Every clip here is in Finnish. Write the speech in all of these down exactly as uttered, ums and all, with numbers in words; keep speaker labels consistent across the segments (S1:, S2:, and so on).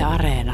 S1: Areena.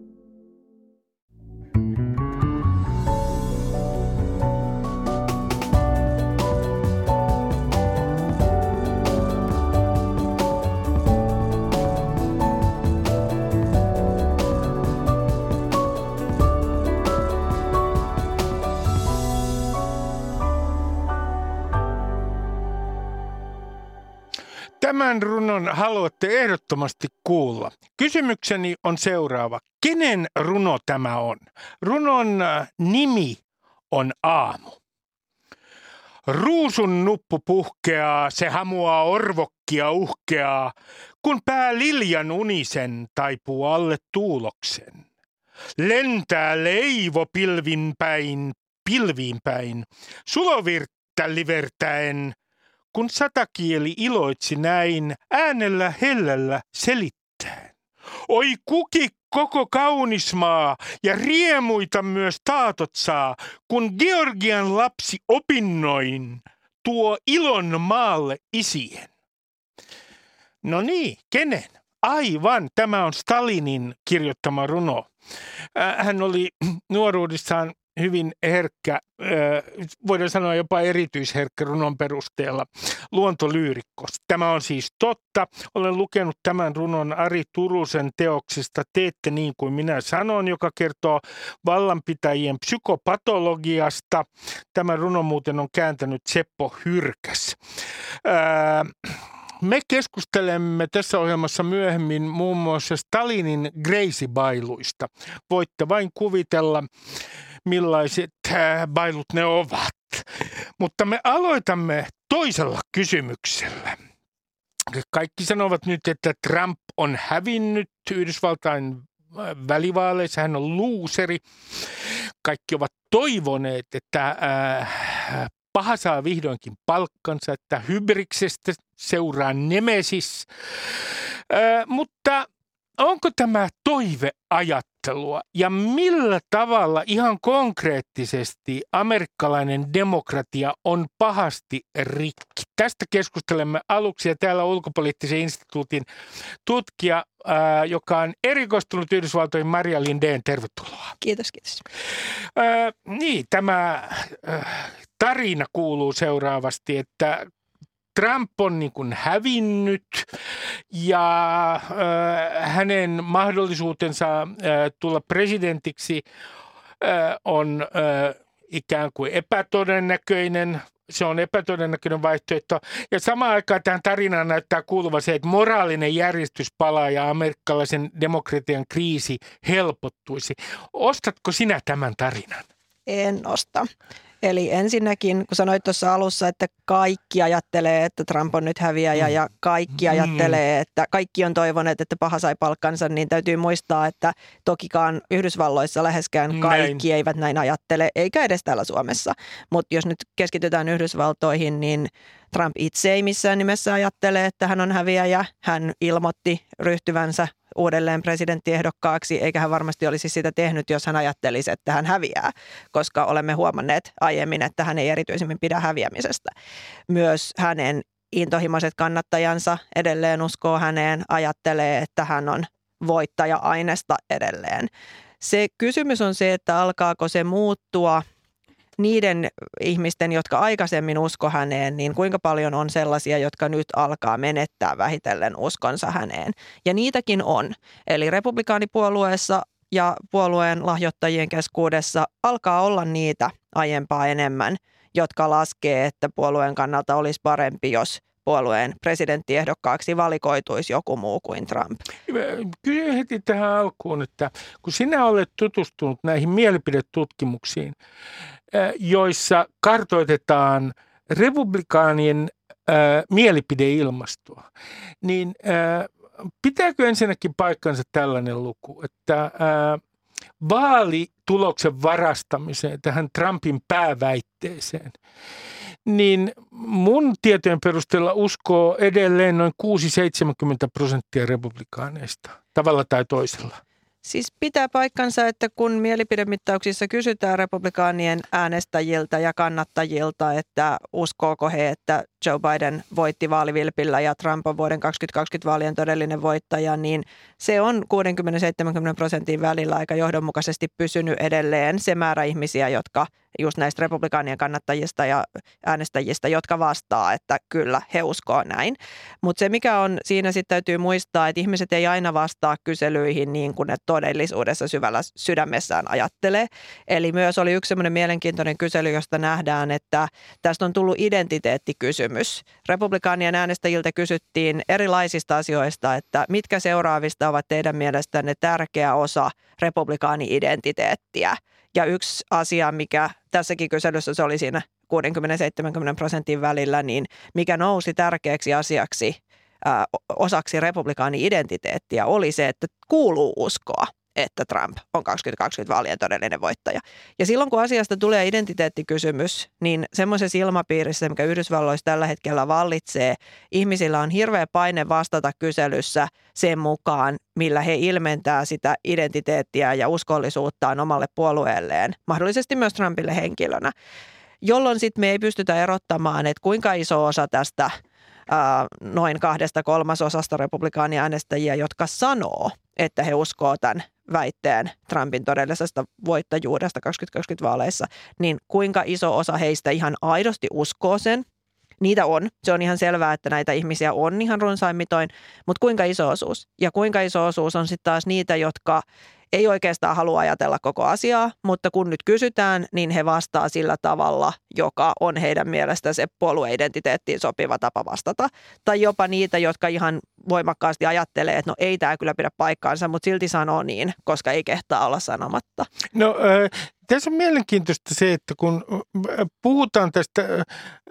S2: Tämän runon haluatte ehdottomasti kuulla. Kysymykseni on seuraava. Kenen runo tämä on? Runon nimi on Aamu. Ruusun nuppu puhkeaa, se hamuaa orvokkia uhkeaa, kun pää liljan unisen taipuu alle tuuloksen. Lentää leivo pilvin päin, pilviin päin, sulovirttä livertäen, kun satakieli iloitsi näin äänellä hellällä selittäen. Oi kuki koko kaunis maa ja riemuita myös taatot saa, kun Georgian lapsi opinnoin tuo ilon maalle isien. No niin, kenen? Aivan, tämä on Stalinin kirjoittama runo. Hän oli nuoruudessaan hyvin herkkä, voidaan sanoa jopa erityisherkkä runon perusteella, luontolyyrikkos. Tämä on siis totta. Olen lukenut tämän runon Ari Turusen teoksesta Teette niin kuin minä sanon, joka kertoo vallanpitäjien psykopatologiasta. Tämä runo muuten on kääntänyt Seppo Hyrkäs. Me keskustelemme tässä ohjelmassa myöhemmin muun muassa Stalinin Gracie-bailuista. Voitte vain kuvitella, millaiset bailut ne ovat. Mutta me aloitamme toisella kysymyksellä. Kaikki sanovat nyt, että Trump on hävinnyt Yhdysvaltain välivaaleissa. Hän on luuseri. Kaikki ovat toivoneet, että äh, paha saa vihdoinkin palkkansa, että hybriksestä seuraa nemesis. Äh, mutta onko tämä toiveajattelua ja millä tavalla ihan konkreettisesti amerikkalainen demokratia on pahasti rikki? Tästä keskustelemme aluksi ja täällä Ulkopoliittisen instituutin tutkija, ää, joka on erikoistunut Yhdysvaltoihin, Maria Lindén, tervetuloa.
S3: Kiitos, kiitos.
S2: Ää, niin, tämä ää, tarina kuuluu seuraavasti, että Trump on niin kuin hävinnyt ja äh, hänen mahdollisuutensa äh, tulla presidentiksi äh, on äh, ikään kuin epätodennäköinen. Se on epätodennäköinen vaihtoehto. Ja samaan aikaan tähän tarinaan näyttää kuuluva se, että moraalinen järjestys palaa ja amerikkalaisen demokratian kriisi helpottuisi. Ostatko sinä tämän tarinan?
S3: En osta. Eli ensinnäkin, kun sanoit tuossa alussa, että kaikki ajattelee, että Trump on nyt häviäjä ja kaikki ajattelee, että kaikki on toivoneet, että paha sai palkkansa, niin täytyy muistaa, että tokikaan Yhdysvalloissa läheskään kaikki näin. Eivät näin ajattele, eikä edes täällä Suomessa. Mutta jos nyt keskitytään Yhdysvaltoihin, niin Trump itse ei missään nimessä ajattele, että hän on häviäjä. Hän ilmoitti ryhtyvänsä uudelleen presidenttiehdokkaaksi, eikä hän varmasti olisi sitä tehnyt, jos hän ajattelisi, että hän häviää, koska olemme huomanneet aiemmin, että hän ei erityisemmin pidä häviämisestä. Myös hänen intohimoiset kannattajansa edelleen uskoo häneen, ajattelee, että hän on voittaja-ainesta edelleen. Se kysymys on se, että alkaako se muuttua niiden ihmisten, jotka aikaisemmin usko häneen, niin kuinka paljon on sellaisia, jotka nyt alkaa menettää vähitellen uskonsa häneen. Ja niitäkin on. Eli republikaanipuolueessa ja puolueen lahjoittajien keskuudessa alkaa olla niitä aiempaa enemmän, jotka laskee, että puolueen kannalta olisi parempi, jos puolueen presidenttiehdokkaaksi valikoituisi joku muu kuin Trump.
S2: Kyllä heti tähän alkuun, että kun sinä olet tutustunut näihin mielipidetutkimuksiin, joissa kartoitetaan republikaanien äh, mielipideilmastoa, niin äh, pitääkö ensinnäkin paikkansa tällainen luku, että äh, vaalituloksen varastamiseen, tähän Trumpin pääväitteeseen, niin mun tietojen perusteella uskoo edelleen noin kuusi seitsemänkymmentä prosenttia republikaaneista, tavalla tai toisella.
S3: Siis pitää paikkansa, että kun mielipidemittauksissa kysytään republikaanien äänestäjiltä ja kannattajilta, että uskooko he, että Joe Biden voitti vaalivilpillä ja Trump on vuoden kaksituhattakaksikymmentä vaalien todellinen voittaja, niin se on kuusikymmentä seitsemänkymmentä prosentin välillä aika johdonmukaisesti pysynyt edelleen se määrä ihmisiä, jotka just näistä republikaanien kannattajista ja äänestäjistä, jotka vastaa, että kyllä he uskoo näin. Mutta se, mikä on siinä sitten täytyy muistaa, että ihmiset ei aina vastaa kyselyihin niin kuin ne todellisuudessa syvällä sydämessään ajattelee. Eli myös oli yksi semmoinen mielenkiintoinen kysely, josta nähdään, että tästä on tullut identiteettikysymys. Republikaanien äänestäjiltä kysyttiin erilaisista asioista, että mitkä seuraavista ovat teidän mielestänne tärkeä osa republikaani-identiteettiä. Ja yksi asia, mikä tässäkin kyselyssä se oli siinä kuusikymmentä seitsemänkymmentä prosentin välillä, niin mikä nousi tärkeäksi asiaksi, ää, osaksi republikaani-identiteettiä, oli se, että kuuluu uskoa, että Trump on kaksituhattakaksikymmentä vaalien todellinen voittaja. Ja silloin, kun asiasta tulee identiteettikysymys, niin semmoisessa ilmapiirissä, mikä Yhdysvalloissa tällä hetkellä vallitsee, ihmisillä on hirveä paine vastata kyselyssä sen mukaan, millä he ilmentää sitä identiteettiä ja uskollisuuttaan omalle puolueelleen, mahdollisesti myös Trumpille henkilönä, jolloin sitten me ei pystytä erottamaan, että kuinka iso osa tästä ää, noin kahdesta kolmasosasta republikaaniäänestäjiä, jotka sanoo, että he uskoo tämän väitteen Trumpin todellisesta voittajuudesta kaksituhattakaksikymmentä vaaleissa, niin kuinka iso osa heistä ihan aidosti uskoo sen. Niitä on. Se on ihan selvää, että näitä ihmisiä on ihan runsaimmitoin, mutta kuinka iso osuus? Ja kuinka iso osuus on sitten taas niitä, jotka ei oikeastaan halua ajatella koko asiaa, mutta kun nyt kysytään, niin he vastaa sillä tavalla, joka on heidän mielestä se puolueidentiteettiin sopiva tapa vastata. Tai jopa niitä, jotka ihan voimakkaasti ajattelee, että no ei tämä kyllä pidä paikkaansa, mutta silti sanoo niin, koska ei kehtaa olla sanomatta.
S2: No äh, tässä on mielenkiintoista se, että kun puhutaan tästä äh,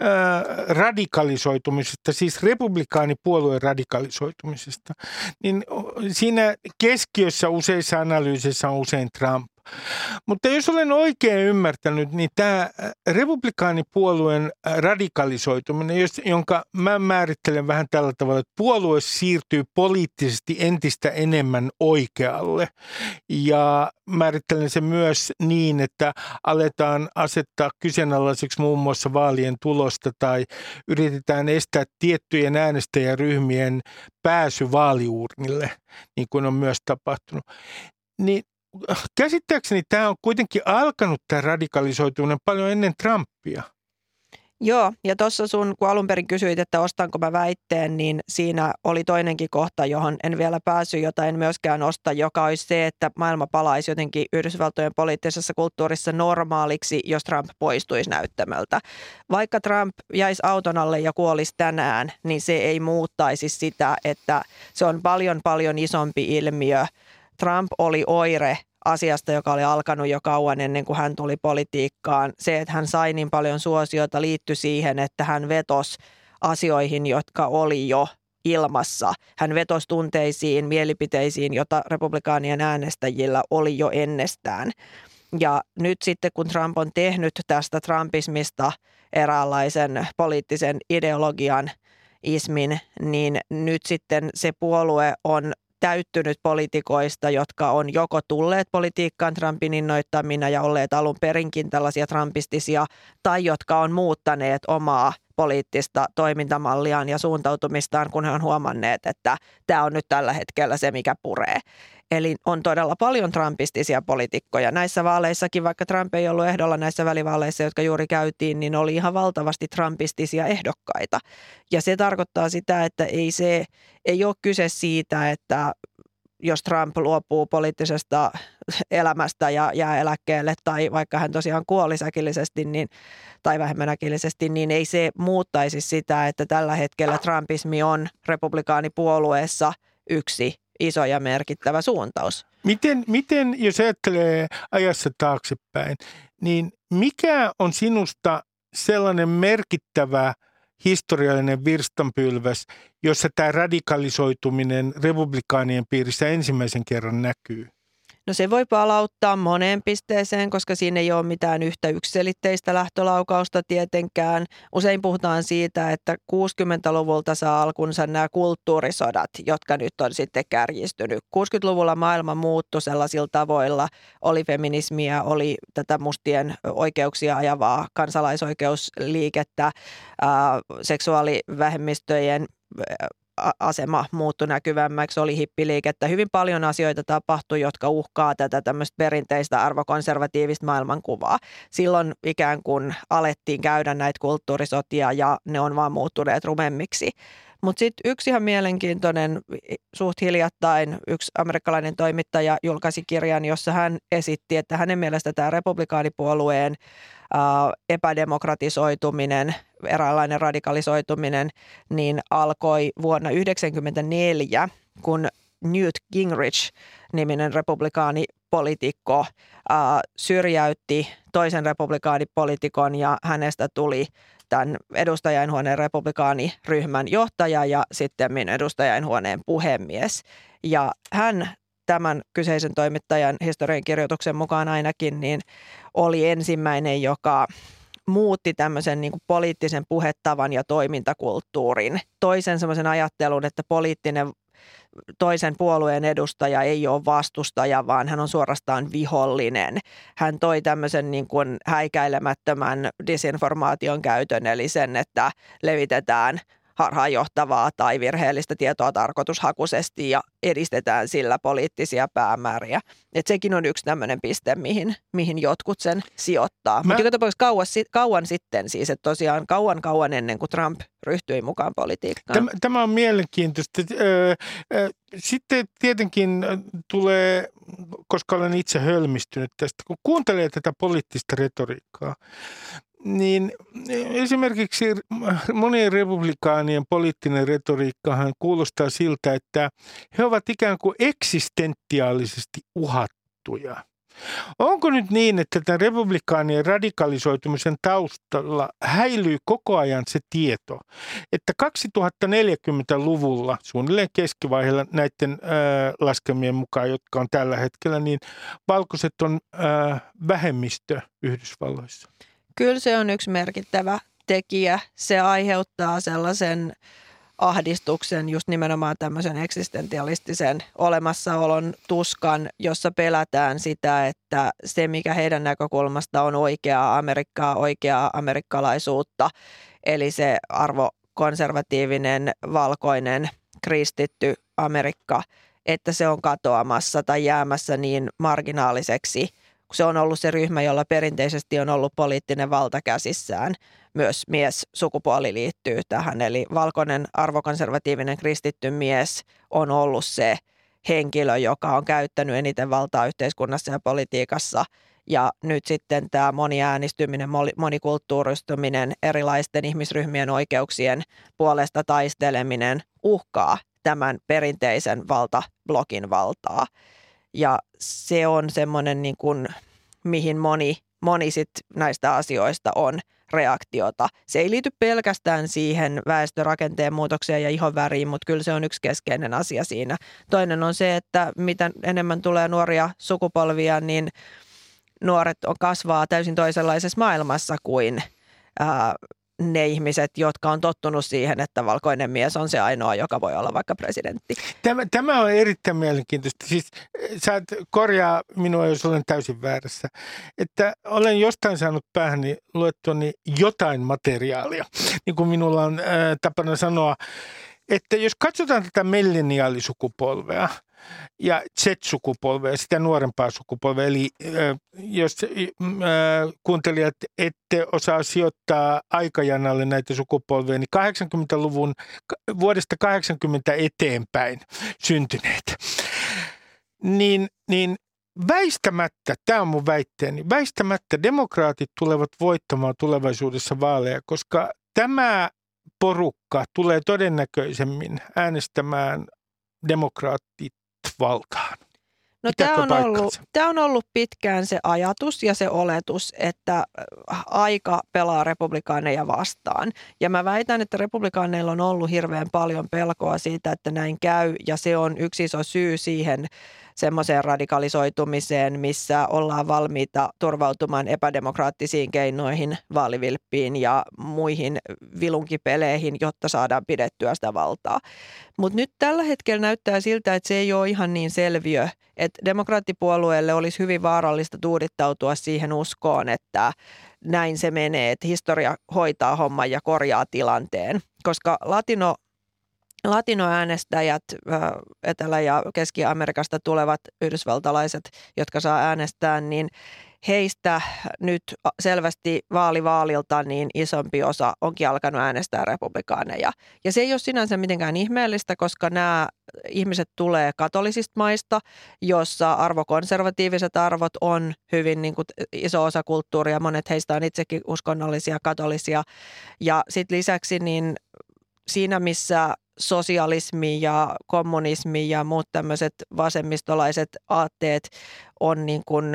S2: radikalisoitumisesta, siis republikaanipuolueen radikalisoitumisesta, niin siinä keskiössä useissa analyyseissa on usein Trump. Mutta jos olen oikein ymmärtänyt, niin tämä republikaanipuolueen radikalisoituminen, jonka mä määrittelen vähän tällä tavalla, että puolue siirtyy poliittisesti entistä enemmän oikealle. Ja määrittelen se myös niin, että aletaan asettaa kyseenalaiseksi muun muassa vaalien tulosta tai yritetään estää tiettyjen äänestäjäryhmien pääsy vaaliuurnille, niin kuin on myös tapahtunut. Niin käsittääkseni tämä on kuitenkin alkanut tämä radikalisoituminen paljon ennen Trumpia.
S3: Joo, ja tuossa sun, kun alun perin kysyit, että ostanko mä väitteen, niin siinä oli toinenkin kohta, johon en vielä päässyt, jota en myöskään osta, joka olisi se, että maailma palaisi jotenkin Yhdysvaltojen poliittisessa kulttuurissa normaaliksi, jos Trump poistuisi näyttämöltä. Vaikka Trump jäisi auton alle ja kuolisi tänään, niin se ei muuttaisi sitä, että se on paljon paljon isompi ilmiö. Trump oli oire asiasta, joka oli alkanut jo kauan ennen kuin hän tuli politiikkaan. Se, että hän sai niin paljon suosiota, liittyi siihen, että hän vetosi asioihin, jotka oli jo ilmassa. Hän vetosi tunteisiin, mielipiteisiin, jota republikaanien äänestäjillä oli jo ennestään. Ja nyt sitten, kun Trump on tehnyt tästä trumpismista eräänlaisen poliittisen ideologian ismin, niin nyt sitten se puolue on täyttynyt poliitikoista, jotka on joko tulleet politiikkaan Trumpin innoittamina ja olleet alun perinkin tällaisia trumpistisia, tai jotka on muuttaneet omaa poliittista toimintamalliaan ja suuntautumistaan, kun he on huomanneet, että tämä on nyt tällä hetkellä se, mikä puree. Eli on todella paljon trumpistisia poliitikkoja. Näissä vaaleissakin, vaikka Trump ei ollut ehdolla näissä välivaaleissa, jotka juuri käytiin, niin oli ihan valtavasti trumpistisia ehdokkaita. Ja se tarkoittaa sitä, että ei, se, ei ole kyse siitä, että jos Trump luopuu poliittisesta elämästä ja jää eläkkeelle tai vaikka hän tosiaan kuoli äkillisesti niin, tai vähemmän äkillisesti, niin ei se muuttaisi sitä, että tällä hetkellä trumpismi on republikaanipuolueessa yksi iso ja merkittävä suuntaus.
S2: Miten, miten jos ajattelee ajassa taaksepäin, niin mikä on sinusta sellainen merkittävä historiallinen virstanpylväs, jossa tämä radikalisoituminen republikaanien piirissä ensimmäisen kerran näkyy?
S3: No se voi palauttaa moneen pisteeseen, koska siinä ei ole mitään yhtä yksiselitteistä lähtölaukausta tietenkään. Usein puhutaan siitä, että kuusikymmentäluvulta saa alkunsa nämä kulttuurisodat, jotka nyt on sitten kärjistynyt. kuusikymmentäluvulla maailma muuttui sellaisilla tavoilla, oli feminismiä, oli tätä mustien oikeuksia ajavaa kansalaisoikeusliikettä, ää, seksuaalivähemmistöjen asema muuttui näkyvämmäksi, oli hippiliikettä. Hyvin paljon asioita tapahtui, jotka uhkaa tätä tämmöistä perinteistä arvokonservatiivista maailmankuvaa. Silloin ikään kuin alettiin käydä näitä kulttuurisotia ja ne on vaan muuttuneet rumemmiksi. Mutta sitten yksi ihan mielenkiintoinen, suht hiljattain yksi amerikkalainen toimittaja julkaisi kirjan, jossa hän esitti, että hänen mielestä tämä republikaanipuolueen ää, epädemokratisoituminen, eräänlainen radikalisoituminen, niin alkoi vuonna yhdeksänkymmentäneljä, kun Newt Gingrich-niminen republikaanipoliitikko ää, syrjäytti toisen republikaanipoliitikon ja hänestä tuli tämän edustajainhuoneen republikaaniryhmän johtaja ja sitten edustajainhuoneen puhemies. Ja hän tämän kyseisen toimittajan historiankirjoituksen mukaan ainakin niin oli ensimmäinen, joka muutti tämmöisen niin kuin poliittisen puhetavan ja toimintakulttuurin. Toisen semmoisen ajattelun, että poliittinen toisen puolueen edustaja ei ole vastustaja, vaan hän on suorastaan vihollinen. Hän toi tämmöisen niin kuin häikäilemättömän disinformaation käytön, eli sen, että levitetään harhaanjohtavaa tai virheellistä tietoa tarkoitushakuisesti ja edistetään sillä poliittisia päämääriä. Et sekin on yksi tämmöinen piste, mihin, mihin jotkut sen sijoittaa. Mä... Mutta joka tapauksessa kauan, kauan sitten siis, että tosiaan kauan kauan ennen kuin Trump ryhtyi mukaan politiikkaan.
S2: Tämä, tämä on mielenkiintoista. Sitten tietenkin tulee, koska olen itse hölmistynyt tästä, kun kuuntelee tätä poliittista retoriikkaa, niin esimerkiksi monien republikaanien poliittinen retoriikkahan kuulostaa siltä, että he ovat ikään kuin eksistentiaalisesti uhattuja. Onko nyt niin, että tämän republikaanien radikalisoitumisen taustalla häilyy koko ajan se tieto, että kaksituhattaneljäkymmentäluvulla, suunnilleen keskivaiheella näiden ää, laskelmien mukaan, jotka on tällä hetkellä, niin valkoiset on ää, vähemmistö Yhdysvalloissa?
S3: Kyllä se on yksi merkittävä tekijä. Se aiheuttaa sellaisen ahdistuksen, just nimenomaan tämmöisen eksistentialistisen olemassaolon tuskan, jossa pelätään sitä, että se mikä heidän näkökulmasta on oikeaa Amerikkaa, oikeaa amerikkalaisuutta, eli se arvokonservatiivinen, valkoinen, kristitty Amerikka, että se on katoamassa tai jäämässä niin marginaaliseksi. Se on ollut se ryhmä, jolla perinteisesti on ollut poliittinen valta käsissään. Myös miessukupuoli liittyy tähän, eli valkoinen arvokonservatiivinen kristitty mies on ollut se henkilö, joka on käyttänyt eniten valtaa yhteiskunnassa ja politiikassa. Ja nyt sitten tämä moniäänistyminen, monikulttuuristuminen, erilaisten ihmisryhmien oikeuksien puolesta taisteleminen uhkaa tämän perinteisen valtablokin valtaa. Ja se on semmoinen, niin kuin, mihin moni, moni sit näistä asioista on reaktiota. Se ei liity pelkästään siihen väestörakenteen muutokseen ja ihonväriin, mutta kyllä se on yksi keskeinen asia siinä. Toinen on se, että mitä enemmän tulee nuoria sukupolvia, niin nuoret on kasvaa täysin toisenlaisessa maailmassa kuin ää, ne ihmiset, jotka on tottunut siihen, että valkoinen mies on se ainoa, joka voi olla vaikka presidentti.
S2: Tämä, tämä on erittäin mielenkiintoista. Siis saat korjaa minua, jos olen täysin väärässä. Että olen jostain saanut päähäni luettuani jotain materiaalia, niin kuin minulla on ää, tapana sanoa, että jos katsotaan tätä milleniaalisukupolvea ja Z-sukupolvea, sitä nuorempaa sukupolvea, eli äh, jos äh, kuuntelijat ette osaa sijoittaa aikajanalle näitä sukupolvia, niin kahdeksankymmentäluvun vuodesta kahdeksankymmentä eteenpäin syntyneet, niin, niin väistämättä, tämä on mun väitteeni, väistämättä demokraatit tulevat voittamaan tulevaisuudessa vaaleja, koska tämä porukka tulee todennäköisemmin äänestämään demokraattit valtaan.
S3: No tämä on, ollut, tämä on ollut pitkään se ajatus ja se oletus, että aika pelaa republikaaneja vastaan. Ja mä väitän, että republikaaneilla on ollut hirveän paljon pelkoa siitä, että näin käy ja se on yksi iso syy siihen semmoiseen radikalisoitumiseen, missä ollaan valmiita turvautumaan epädemokraattisiin keinoihin, vaalivilppiin ja muihin vilunkipeleihin, jotta saadaan pidettyä sitä valtaa. Mutta nyt tällä hetkellä näyttää siltä, että se ei ole ihan niin selviö, että demokraattipuolueelle olisi hyvin vaarallista tuudittautua siihen uskoon, että näin se menee, että historia hoitaa homman ja korjaa tilanteen, koska latino Latinoäänestäjät, Etelä- ja Keski-Amerikasta tulevat yhdysvaltalaiset, jotka saa äänestää, niin heistä nyt selvästi vaali vaalilta niin isompi osa onkin alkanut äänestää republikaaneja. Ja se ei ole sinänsä mitenkään ihmeellistä, koska nämä ihmiset tulee katolisista maista, jossa arvokonservatiiviset arvot on hyvin niin kuin iso osa kulttuuria. Monet heistä on itsekin uskonnollisia katolisia. Ja sitten lisäksi niin siinä, missä sosialismi ja kommunismi ja muut tämmöiset vasemmistolaiset aatteet on niin kuin,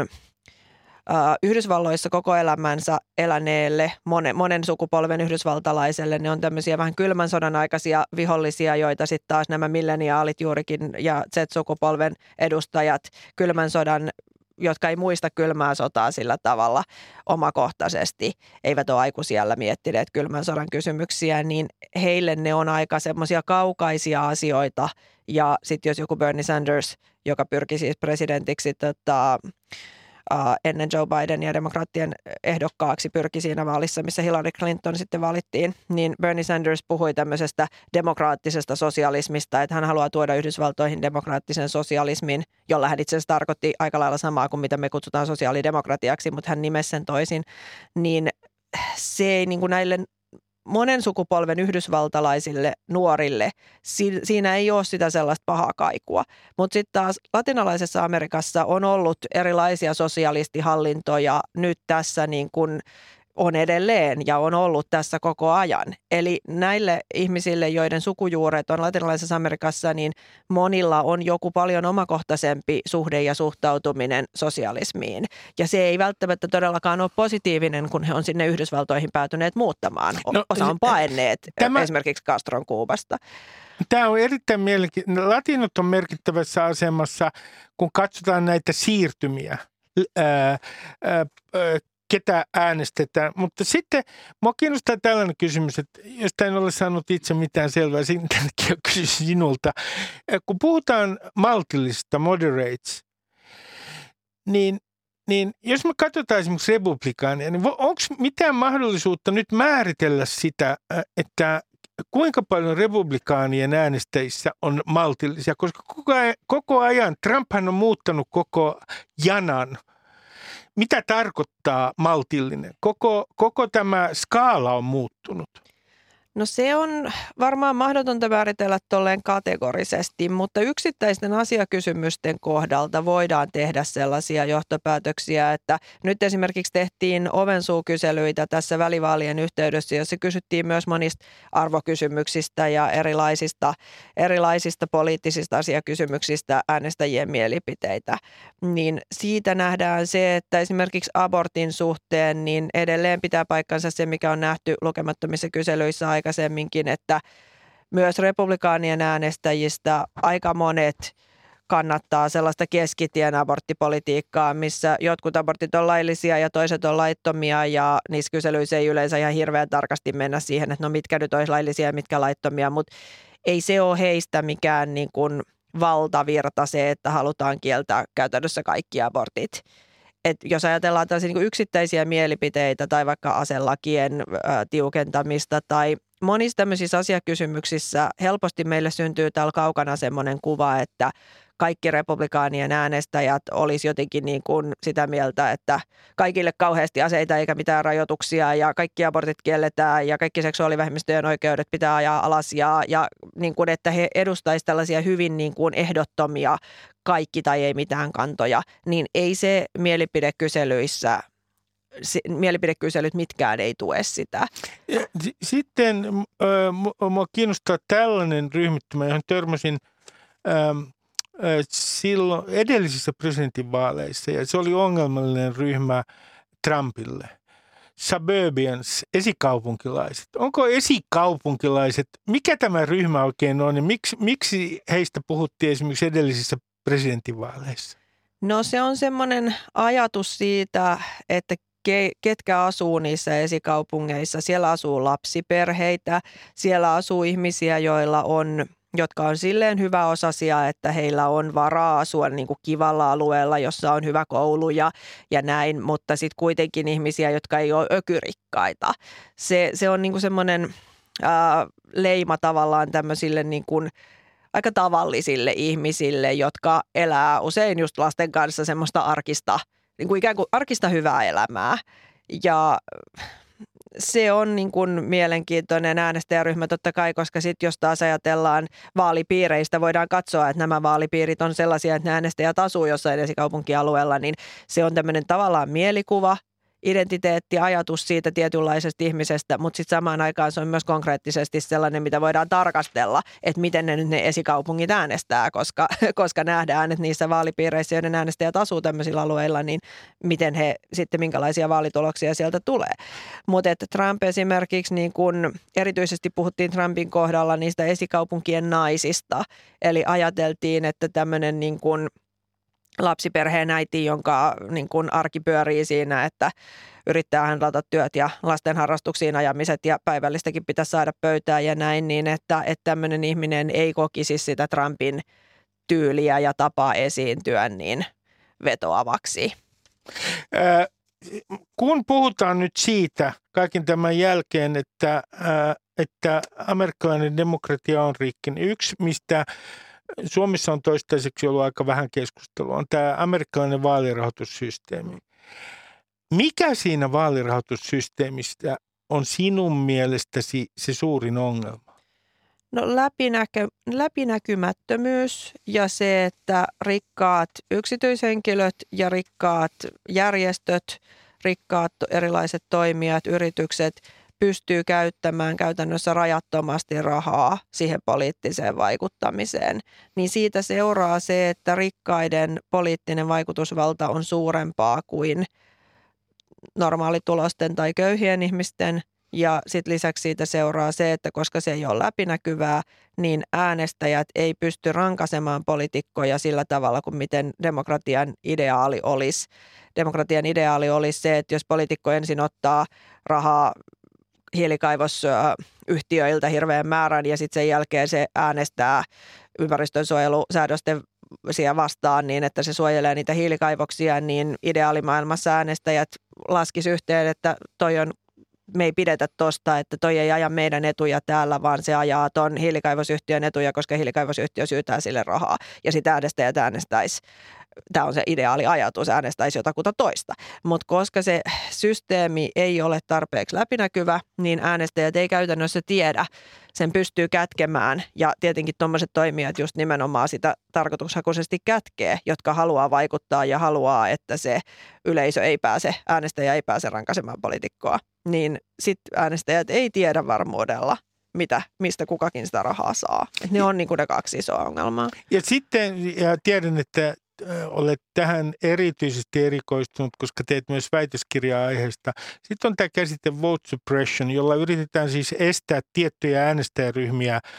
S3: äh, Yhdysvalloissa koko elämänsä eläneelle, monen, monen sukupolven yhdysvaltalaiselle, ne on tämmöisiä vähän kylmän sodan aikaisia vihollisia, joita sitten taas nämä milleniaalit juurikin ja Z-sukupolven edustajat kylmän sodan, jotka ei muista kylmää sotaa sillä tavalla omakohtaisesti, eivät ole aikuisiällä miettineet kylmän sodan kysymyksiä, niin heille ne on aika semmoisia kaukaisia asioita. Ja sitten jos joku Bernie Sanders, joka pyrki siis presidentiksi tota, uh, ennen Joe Biden ja demokraattien ehdokkaaksi pyrki siinä vaalissa, missä Hillary Clinton sitten valittiin, niin Bernie Sanders puhui tämmöisestä demokraattisesta sosialismista, että hän haluaa tuoda Yhdysvaltoihin demokraattisen sosialismin, jolla hän itse asiassa tarkoitti aika lailla samaa kuin mitä me kutsutaan sosiaalidemokratiaksi, mutta hän nimesi sen toisin, niin se ei niin kuin näille monen sukupolven yhdysvaltalaisille nuorille, siinä ei ole sitä sellaista pahaa kaikua. Mutta sitten taas latinalaisessa Amerikassa on ollut erilaisia sosialistihallintoja nyt tässä niin kuin on edelleen ja on ollut tässä koko ajan. Eli näille ihmisille, joiden sukujuuret on latinalaisessa Amerikassa, niin monilla on joku paljon omakohtaisempi suhde ja suhtautuminen sosialismiin. Ja se ei välttämättä todellakaan ole positiivinen, kun he on sinne Yhdysvaltoihin päätyneet muuttamaan. No, Osa on paenneet tämä, esimerkiksi Castron Kuubasta.
S2: Tämä on erittäin mielenkiintoinen. Latinot on merkittävässä asemassa, kun katsotaan näitä siirtymiä. Ää, ää, ää, ketä äänestetään. Mutta sitten minua kiinnostaa tällainen kysymys, että josta en ole saanut itse mitään selvää, sen takia kysyisin sinulta. Kun puhutaan maltillisista moderates, niin, niin jos me katsotaan esimerkiksi republikaania, niin onko mitään mahdollisuutta nyt määritellä sitä, että kuinka paljon republikaanien äänestäjissä on maltillisia, koska koko ajan, koko ajan Trumphan on muuttanut koko janan. Mitä tarkoittaa maltillinen? Koko, koko tämä skaala on muuttunut.
S3: No se on varmaan mahdotonta määritellä tolleen kategorisesti, mutta yksittäisten asiakysymysten kohdalta voidaan tehdä sellaisia johtopäätöksiä, että nyt esimerkiksi tehtiin ovensuukyselyitä tässä välivaalien yhteydessä, jossa kysyttiin myös monista arvokysymyksistä ja erilaisista, erilaisista poliittisista asiakysymyksistä äänestäjien mielipiteitä. Niin siitä nähdään se, että esimerkiksi abortin suhteen niin edelleen pitää paikkansa se, mikä on nähty lukemattomissa kyselyissä aika aikaisemminkin, että myös republikaanien äänestäjistä aika monet kannattaa sellaista keskitien aborttipolitiikkaa, missä jotkut abortit on laillisia ja toiset on laittomia ja niissä kyselyissä ei yleensä ihan hirveän tarkasti mennä siihen, että no mitkä nyt olisi laillisia ja mitkä laittomia, mutta ei se ole heistä mikään niin kuin valtavirta se, että halutaan kieltää käytännössä kaikki abortit. Et jos ajatellaan tällaisia niin yksittäisiä mielipiteitä tai vaikka aselakien ää, tiukentamista tai monissa tämmöisissä asiakysymyksissä helposti meille syntyy täällä kaukana semmoinen kuva, että kaikki republikaanien äänestäjät olisi jotenkin niin kuin sitä mieltä, että kaikille kauheasti aseita eikä mitään rajoituksia ja kaikki abortit kielletään ja kaikki seksuaalivähemmistöjen oikeudet pitää ajaa alas ja, ja niin kuin, että he edustaisivat tällaisia hyvin niin kuin ehdottomia kaikki tai ei mitään kantoja, niin ei se mielipidekyselyissä mielipidekyselyt mitkään ei tue sitä.
S2: Sitten äh, minua kiinnostaa tällainen ryhmittymä, johon törmäsin ähm, silloin edellisissä presidentinvaaleissa, ja se oli ongelmallinen ryhmä Trumpille. Suburbians, esikaupunkilaiset. Onko esikaupunkilaiset, mikä tämä ryhmä oikein on, ja miksi, miksi heistä puhuttiin esimerkiksi edellisissä presidentinvaaleissa?
S3: No se on semmoinen ajatus siitä, että ke, ketkä asuu niissä esikaupungeissa. Siellä asuu lapsiperheitä, siellä asuu ihmisiä, joilla on, jotka on silleen hyväosaisia, että heillä on varaa asua niin kuin kivalla alueella, jossa on hyvä koulu ja, ja näin, mutta sitten kuitenkin ihmisiä, jotka ei ole ökyrikkaita. Se, se on niin kuin semmoinen ää, leima tavallaan tämmöisille niin kuin aika tavallisille ihmisille, jotka elää usein just lasten kanssa semmoista arkista, niin kuin ikään kuin arkista hyvää elämää. Ja se on niin kuin mielenkiintoinen äänestäjäryhmä totta kai, koska sitten jos taas ajatellaan vaalipiireistä, voidaan katsoa, että nämä vaalipiirit on sellaisia, että ne äänestäjät asuu jossain esikaupunkialueella, niin se on tämmöinen tavallaan mielikuva, identiteetti, ajatus siitä tietynlaisesta ihmisestä, mutta sitten samaan aikaan se on myös konkreettisesti sellainen, mitä voidaan tarkastella, että miten ne nyt ne esikaupungit äänestää, koska, koska nähdään, että niissä vaalipiireissä, joiden äänestäjät asuu tämmöisillä alueilla, niin miten he sitten, minkälaisia vaalituloksia sieltä tulee. Mutta että Trump esimerkiksi, niin kun erityisesti puhuttiin Trumpin kohdalla niistä esikaupunkien naisista, eli ajateltiin, että tämmöinen niin kun lapsiperheen äiti, jonka niin kuin arki pyörii siinä, että yrittää handlata työt ja lasten harrastuksiin ajamiset ja päivällistäkin pitäisi saada pöytään ja näin, niin että, että tämmöinen ihminen ei kokisi sitä Trumpin tyyliä ja tapaa esiintyä niin vetoavaksi.
S2: Äh, kun puhutaan nyt siitä kaiken tämän jälkeen, että, äh, että amerikkalainen demokratia on rikki, niin yksi mistä Suomessa on toistaiseksi ollut aika vähän keskustelua, on tämä amerikkalainen vaalirahoitussysteemi. Mikä siinä vaalirahoitussysteemistä on sinun mielestäsi se suurin ongelma?
S3: No läpinäkö, läpinäkymättömyys ja se, että rikkaat yksityishenkilöt ja rikkaat järjestöt, rikkaat erilaiset toimijat, yritykset pystyy käyttämään käytännössä rajattomasti rahaa siihen poliittiseen vaikuttamiseen, niin siitä seuraa se, että rikkaiden poliittinen vaikutusvalta on suurempaa kuin normaalitulosten tai köyhien ihmisten. Ja sitten lisäksi siitä seuraa se, että koska se ei ole läpinäkyvää, niin äänestäjät ei pysty rankaisemaan poliitikkoja sillä tavalla kuin miten demokratian ideaali olisi. Demokratian ideaali olisi se, että jos poliitikko ensin ottaa rahaa hiilikaivosyhtiöiltä hirveän määrän ja sitten sen jälkeen se äänestää ympäristönsuojelusäädösten vastaan niin, että se suojelee niitä hiilikaivoksia, niin ideaalimaailmassa äänestäjät laskisi yhteen, että toi on, me ei pidetä tosta, että toi ei aja meidän etuja täällä, vaan se ajaa ton hiilikaivosyhtiön etuja, koska hiilikaivosyhtiö syytää sille rahaa ja sitä äänestäjät äänestäisi. Tämä on se ideaali ajatus, äänestäisi jotakuta toista. Mutta koska se systeemi ei ole tarpeeksi läpinäkyvä, niin äänestäjät ei käytännössä tiedä. Sen pystyy kätkemään ja tietenkin tuommoiset toimijat just nimenomaan sitä tarkoitushakuisesti kätkee, jotka haluaa vaikuttaa ja haluaa, että se yleisö ei pääse, äänestäjä ei pääse rankaisemaan poliitikkoa. Niin sitten äänestäjät ei tiedä varmuudella, mitä, mistä kukakin sitä rahaa saa. Et ne on niin kuin ne kaksi isoa ongelmaa.
S2: Ja sitten ja tiedän, että olet tähän erityisesti erikoistunut, koska teet myös väitöskirjaa aiheesta. Sitten on tämä käsite vote suppression, jolla yritetään siis estää tiettyjä äänestäjäryhmiä ää,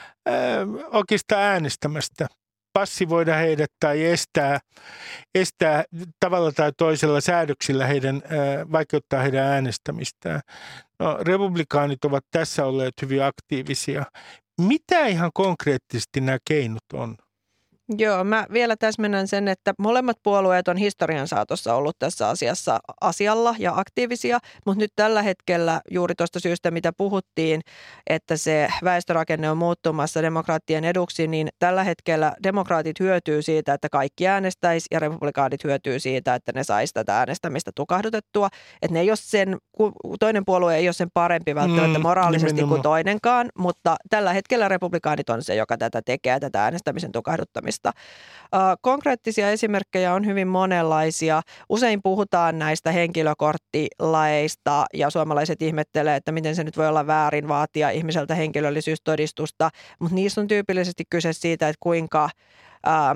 S2: oikeastaan äänestämästä, passivoida heidät tai estää, estää tavalla tai toisella säädöksillä heidän, ää, vaikeuttaa heidän äänestämistään. No, republikaanit ovat tässä olleet hyvin aktiivisia. Mitä ihan konkreettisesti nämä keinot on?
S3: Joo, mä vielä täsmennän sen, että molemmat puolueet on historian saatossa ollut tässä asiassa asialla ja aktiivisia, mutta nyt tällä hetkellä juuri tuosta syystä, mitä puhuttiin, että se väestörakenne on muuttumassa demokraattien eduksi, niin tällä hetkellä demokraatit hyötyy siitä, että kaikki äänestäisi ja republikaanit hyötyy siitä, että ne saisi tätä äänestämistä tukahdutettua. Että ne ei ole sen, toinen puolue ei ole sen parempi välttämättä mm, moraalisesti nimenomaan kuin toinenkaan, mutta tällä hetkellä republikaanit on se, joka tätä tekee, tätä äänestämisen tukahduttamista. Konkreettisia esimerkkejä on hyvin monenlaisia. Usein puhutaan näistä henkilökorttilaeista ja suomalaiset ihmettelee, että miten se nyt voi olla väärin vaatia ihmiseltä henkilöllisyystodistusta, mutta niissä on tyypillisesti kyse siitä, että kuinka ää,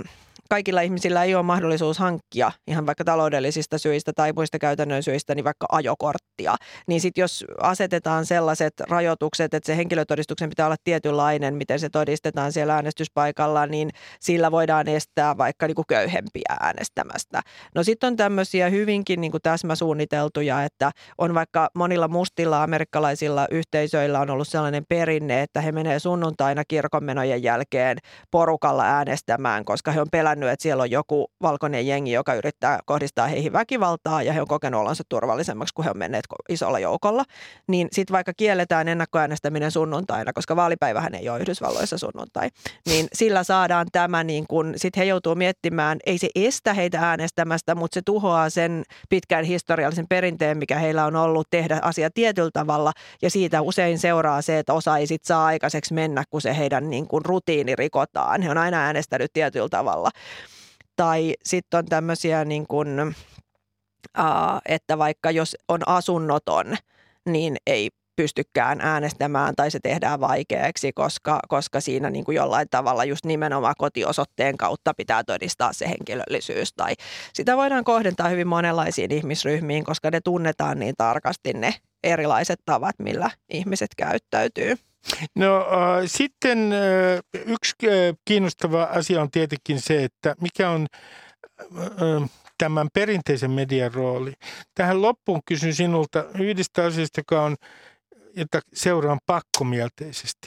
S3: kaikilla ihmisillä ei ole mahdollisuus hankkia ihan vaikka taloudellisista syistä tai muista käytännön syistä, niin vaikka ajokorttia. Niin sitten jos asetetaan sellaiset rajoitukset, että se henkilötodistuksen pitää olla tietynlainen, miten se todistetaan siellä äänestyspaikalla, niin sillä voidaan estää vaikka niin kuin köyhempiä äänestämästä. No sitten on tämmöisiä hyvinkin niin kuin täsmäsuunniteltuja, että on vaikka monilla mustilla amerikkalaisilla yhteisöillä on ollut sellainen perinne, että he menee sunnuntaina kirkonmenojen jälkeen porukalla äänestämään, koska he on pelännyt, että siellä on joku valkoinen jengi, joka yrittää kohdistaa heihin väkivaltaa ja he on kokenut olonsa turvallisemmaksi, kun he on menneet isolla joukolla. Niin sitten vaikka kielletään ennakkoäänestäminen sunnuntaina, koska vaalipäivähän ei ole Yhdysvalloissa sunnuntai, niin sillä saadaan tämä, niin kun, sitten he joutuu miettimään, ei se estä heitä äänestämästä, mutta se tuhoaa sen pitkän historiallisen perinteen, mikä heillä on ollut tehdä asia tietyllä tavalla ja siitä usein seuraa se, että osa ei sit saa aikaiseksi mennä, kun se heidän niin kun rutiini rikotaan. He on aina äänestänyt tietyllä tavalla. Tai sitten on tämmöisiä, niin kun, äh, että vaikka jos on asunnoton, niin ei pystykään äänestämään tai se tehdään vaikeaksi, koska, koska siinä niin kuin jollain tavalla just nimenomaan kotiosoitteen kautta pitää todistaa se henkilöllisyys. Tai sitä voidaan kohdentaa hyvin monenlaisiin ihmisryhmiin, koska ne tunnetaan niin tarkasti ne erilaiset tavat, millä ihmiset käyttäytyy.
S2: No äh, sitten äh, yksi äh, kiinnostava asia on tietenkin se, että mikä on äh, tämän perinteisen median rooli. Tähän loppuun kysyn sinulta yhdestä asiasta, joka on, jota seuraan pakkomielteisesti.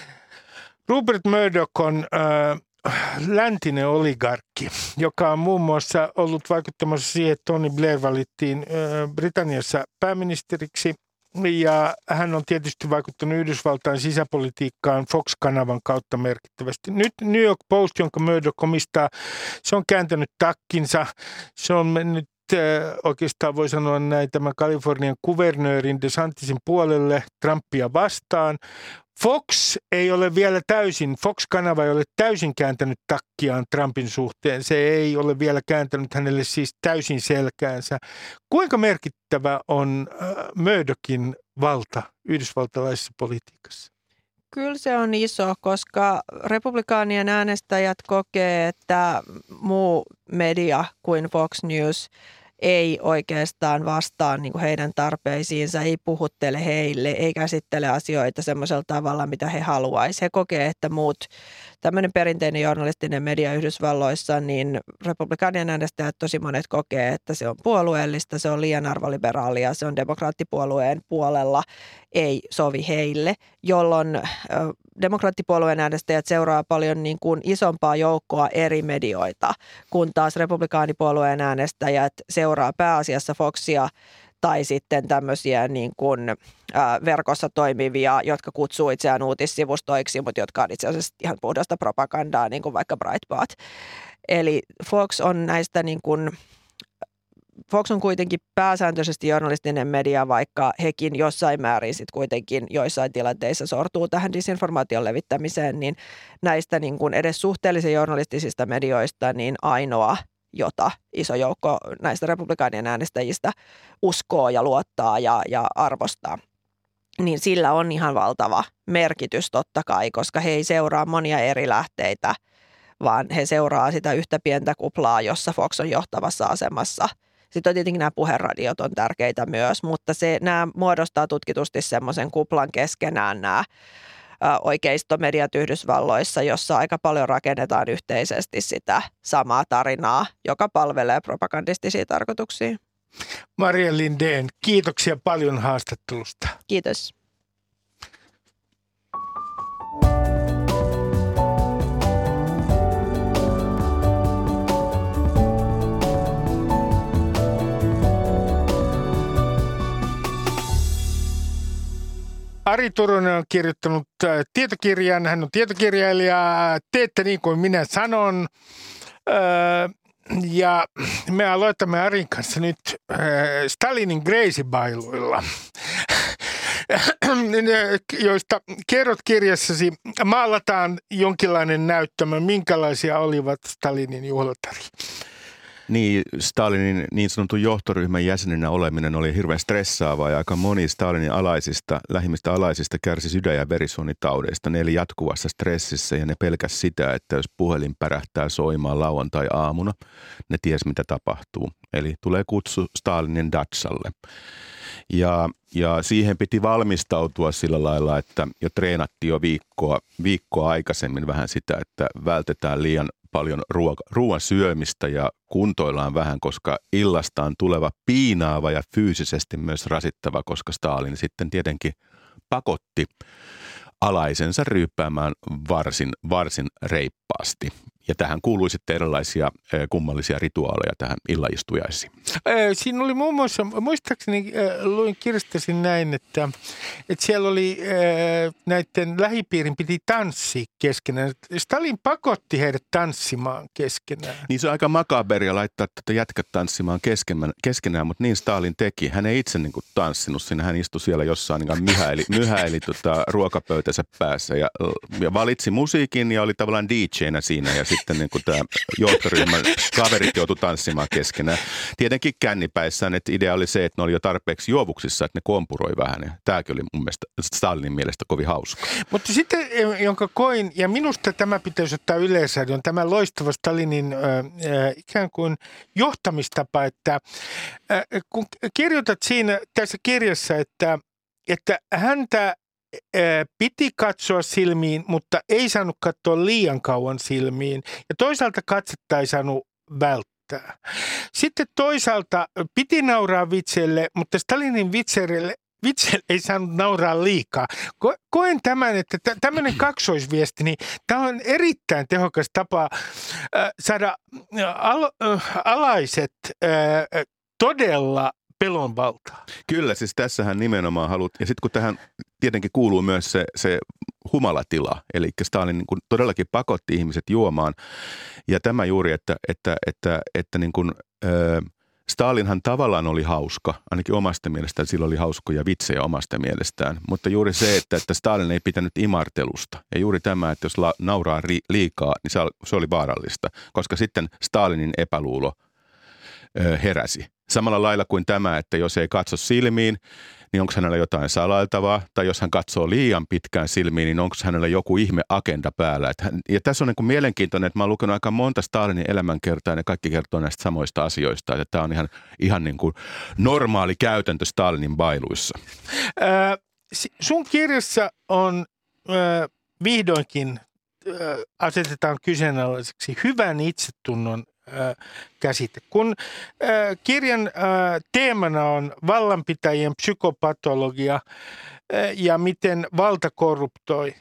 S2: Rupert Murdoch on äh, läntinen oligarkki, joka on muun muassa ollut vaikuttamassa siihen, että Tony Blair valittiin äh, Britanniassa pääministeriksi. Ja hän on tietysti vaikuttanut Yhdysvaltain sisäpolitiikkaan Fox-kanavan kautta merkittävästi. Nyt New York Post, jonka Murdoch omistaa, se on kääntänyt takkinsa. Se on mennyt äh, oikeastaan voi sanoa näin tämän Kalifornian kuvernöörin DeSantisin puolelle Trumpia vastaan. Fox ei ole vielä täysin, Fox-kanava ei ole täysin kääntänyt takkiaan Trumpin suhteen. Se ei ole vielä kääntänyt hänelle siis täysin selkäänsä. Kuinka merkittävä on äh, Murdochin valta yhdysvaltalaisessa politiikassa?
S3: Kyllä se on iso, koska republikaanien äänestäjät kokee, että muu media kuin Fox News ei oikeastaan vastaa niin kuin heidän tarpeisiinsa, ei puhuttele heille, ei käsittele asioita semmoisella tavalla, mitä he haluaisivat. He kokee, että muut, tämmöinen perinteinen journalistinen media Yhdysvalloissa, niin republikaanien äänestäjät tosi monet kokee, että se on puolueellista, se on liian arvoliberaalia, se on demokraattipuolueen puolella, ei sovi heille, jolloin demokraattipuolueen äänestäjät seuraa paljon niin kuin isompaa joukkoa eri medioita, kun taas republikaanipuolueen äänestäjät seuraa pääasiassa Foxia tai sitten tämmöisiä niin kuin, ä, verkossa toimivia, jotka kutsuu itseään uutissivustoiksi, mutta jotka on itse asiassa ihan puhdasta propagandaa, niin kuin vaikka Breitbart. Eli Fox on näistä niin kuin, Fox on kuitenkin pääsääntöisesti journalistinen media, vaikka hekin jossain määrin sitten kuitenkin joissain tilanteissa sortuu tähän disinformaation levittämiseen, niin näistä niin kuin edes suhteellisen journalistisista medioista niin ainoa, jota iso joukko näistä republikaanien äänestäjistä uskoo ja luottaa ja, ja arvostaa, niin sillä on ihan valtava merkitys totta kai, koska he ei seuraa monia eri lähteitä, vaan he seuraa sitä yhtä pientä kuplaa, jossa Fox on johtavassa asemassa. Sitten on tietenkin nämä puheradiot on tärkeitä myös, mutta se, nämä muodostaa tutkitusti semmoisen kuplan keskenään nämä oikeistomediat Yhdysvalloissa, jossa aika paljon rakennetaan yhteisesti sitä samaa tarinaa, joka palvelee propagandistisia tarkoituksia.
S2: Maria Lindén, kiitoksia paljon haastattelusta.
S3: Kiitos.
S2: Ari Turunen on kirjoittanut tietokirjan, hän on tietokirjailija, teette niin kuin minä sanon. Ja me aloitamme Arin kanssa nyt Stalinin Gracie-bailuilla, joista kerrot kirjassasi, maalataan jonkinlainen näyttämö, minkälaisia olivat Stalinin juhlatari.
S1: Niin, Stalinin niin sanotun johtoryhmän jäsenenä oleminen oli hirveän stressaavaa ja aika moni Stalinin alaisista, lähimmistä alaisista kärsi sydän- ja verisuonitaudeista. Ne eli jatkuvassa stressissä ja ne pelkäs sitä, että jos puhelin pärähtää soimaan lauantai-aamuna, ne ties mitä tapahtuu. Eli tulee kutsu Stalinin datsalle. Ja, ja siihen piti valmistautua sillä lailla, että jo treenattiin jo viikkoa, viikkoa aikaisemmin vähän sitä, että vältetään liian paljon ruoka, ruoan syömistä ja kuntoillaan vähän, koska illastaan tuleva piinaava ja fyysisesti myös rasittava, koska Stalin sitten tietenkin pakotti alaisensa ryyppäämään varsin, varsin reippaasti. Ja tähän kuului sitten erilaisia kummallisia rituaaleja tähän illaistujaisiin.
S2: Siinä oli muun muassa, muistaakseni luin kirjastasi näin, että, että siellä oli näiden lähipiirin piti tanssia keskenään. Stalin pakotti heidät tanssimaan keskenään.
S1: Niin se on aika makaberia laittaa tätä jätkät tanssimaan keskenään, keskenään, mutta niin Stalin teki. Hän ei itse niin kuin tanssinut siinä, hän istui siellä jossain niin myhäili, myhäili tota, ruokapöytänsä päässä ja, ja valitsi musiikin ja oli tavallaan D J:nä siinä ja sitten niin kuin tämä johtoryhmän kaverit joutui tanssimaan keskenään. Tietenkin kännipäissään, että idea oli se, että ne oli jo tarpeeksi juovuksissa, että ne kompuroi vähän. Ja tämäkin oli mun mielestä Stalinin mielestä kovin hauska.
S2: Mutta sitten, jonka koin, ja minusta tämä pitäisi ottaa yleisradion, tämä loistava Stalinin äh, ikään kuin johtamistapa, että äh, kun kirjoitat siinä tässä kirjassa, että, että häntä piti katsoa silmiin, mutta ei saanut katsoa liian kauan silmiin. Ja toisaalta katsetta ei saanut välttää. Sitten toisaalta piti nauraa vitseille, mutta Stalinin vitseille, vitseille ei saanut nauraa liikaa. Ko- koen tämän, että t- tämmöinen kaksoisviesti, niin tämä on erittäin tehokas tapa äh, saada al- äh, alaiset äh, todella pelon valtaa.
S1: Kyllä, siis tässähän nimenomaan haluat, ja sitten kun tähän tietenkin kuuluu myös se, se humalatila, eli Stalin niin kuin todellakin pakotti ihmiset juomaan, ja tämä juuri, että, että, että, että niin kuin, ö, Stalinhan tavallaan oli hauska, ainakin omasta mielestään, sillä oli hauskoja vitsejä omasta mielestään, mutta juuri se, että, että Stalin ei pitänyt imartelusta, ja juuri tämä, että jos la, nauraa ri, liikaa, niin se, se oli vaarallista, koska sitten Stalinin epäluulo ö, heräsi. Samalla lailla kuin tämä, että jos ei katso silmiin, niin onko hänellä jotain salailtavaa, tai jos hän katsoo liian pitkään silmiin, niin onko hänellä joku ihme agenda päällä. Hän, ja tässä on niin kuin mielenkiintoinen, että mä oon lukenut aika monta Stalinin elämänkertaa, ja ne kaikki kertoo näistä samoista asioista, että tämä on ihan, ihan niin kuin normaali käytäntö Stalinin bailuissa.
S2: Äh, sun kirjassa on äh, vihdoinkin äh, asetetaan kyseenalaiseksi hyvän itsetunnon käsite. Kun äh, kirjan äh, teemana on vallanpitäjien psykopatologia äh, ja miten valta korruptoi,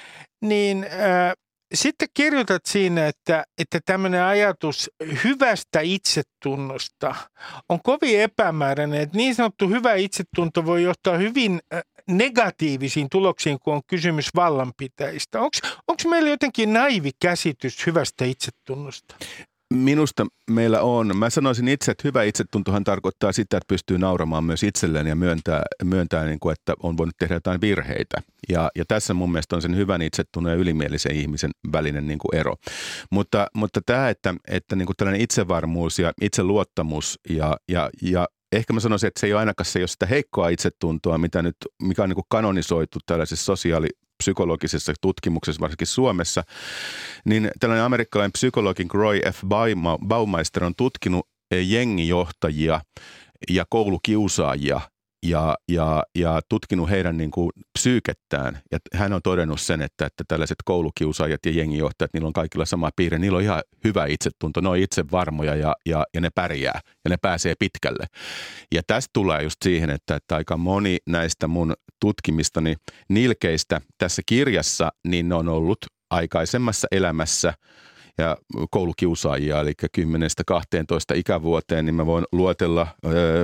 S2: niin äh, sitten kirjoitat siinä, että, että tämmöinen ajatus hyvästä itsetunnosta on kovin epämääräinen. Että niin sanottu hyvä itsetunto voi johtaa hyvin äh, negatiivisiin tuloksiin, kun on kysymys vallanpitäjistä. Onko meillä jotenkin naivi käsitys hyvästä itsetunnosta?
S1: Minusta meillä on. Mä sanoisin itse, että hyvä itsetuntohan tarkoittaa sitä, että pystyy nauramaan myös itselleen ja myöntää, myöntää niin kuin, että on voinut tehdä jotain virheitä. Ja, ja tässä mun mielestä on sen hyvän itsetunnon ja ylimielisen ihmisen välinen niin kuin ero. Mutta, mutta tämä, että, että niin kuin tällainen itsevarmuus ja itseluottamus ja, ja, ja ehkä mä sanoisin, että se ei ole ainakaan se, jos sitä heikkoa itsetuntoa, mitä nyt, mikä on niin kuin kanonisoitu tällaisessa sosiaali- psykologisessa tutkimuksessa, varsinkin Suomessa, niin tällainen amerikkalainen psykologi Roy F. Baumeister on tutkinut jengijohtajia ja koulukiusaajia ja, ja, ja tutkinut heidän niin kuin psyykettään. Ja hän on todennut sen, että, että tällaiset koulukiusaajat ja jengijohtajat, niillä on kaikilla sama piirre, niillä on ihan hyvä itsetunto, ne on itse varmoja ja, ja, ja ne pärjää ja ne pääsee pitkälle. Ja tästä tulee just siihen, että, että aika moni näistä mun tutkimistani nilkeistä tässä kirjassa, niin ne on ollut aikaisemmassa elämässä ja koulukiusaajia, eli kymmenestä kahteentoista ikävuoteen, niin mä voin luotella öö,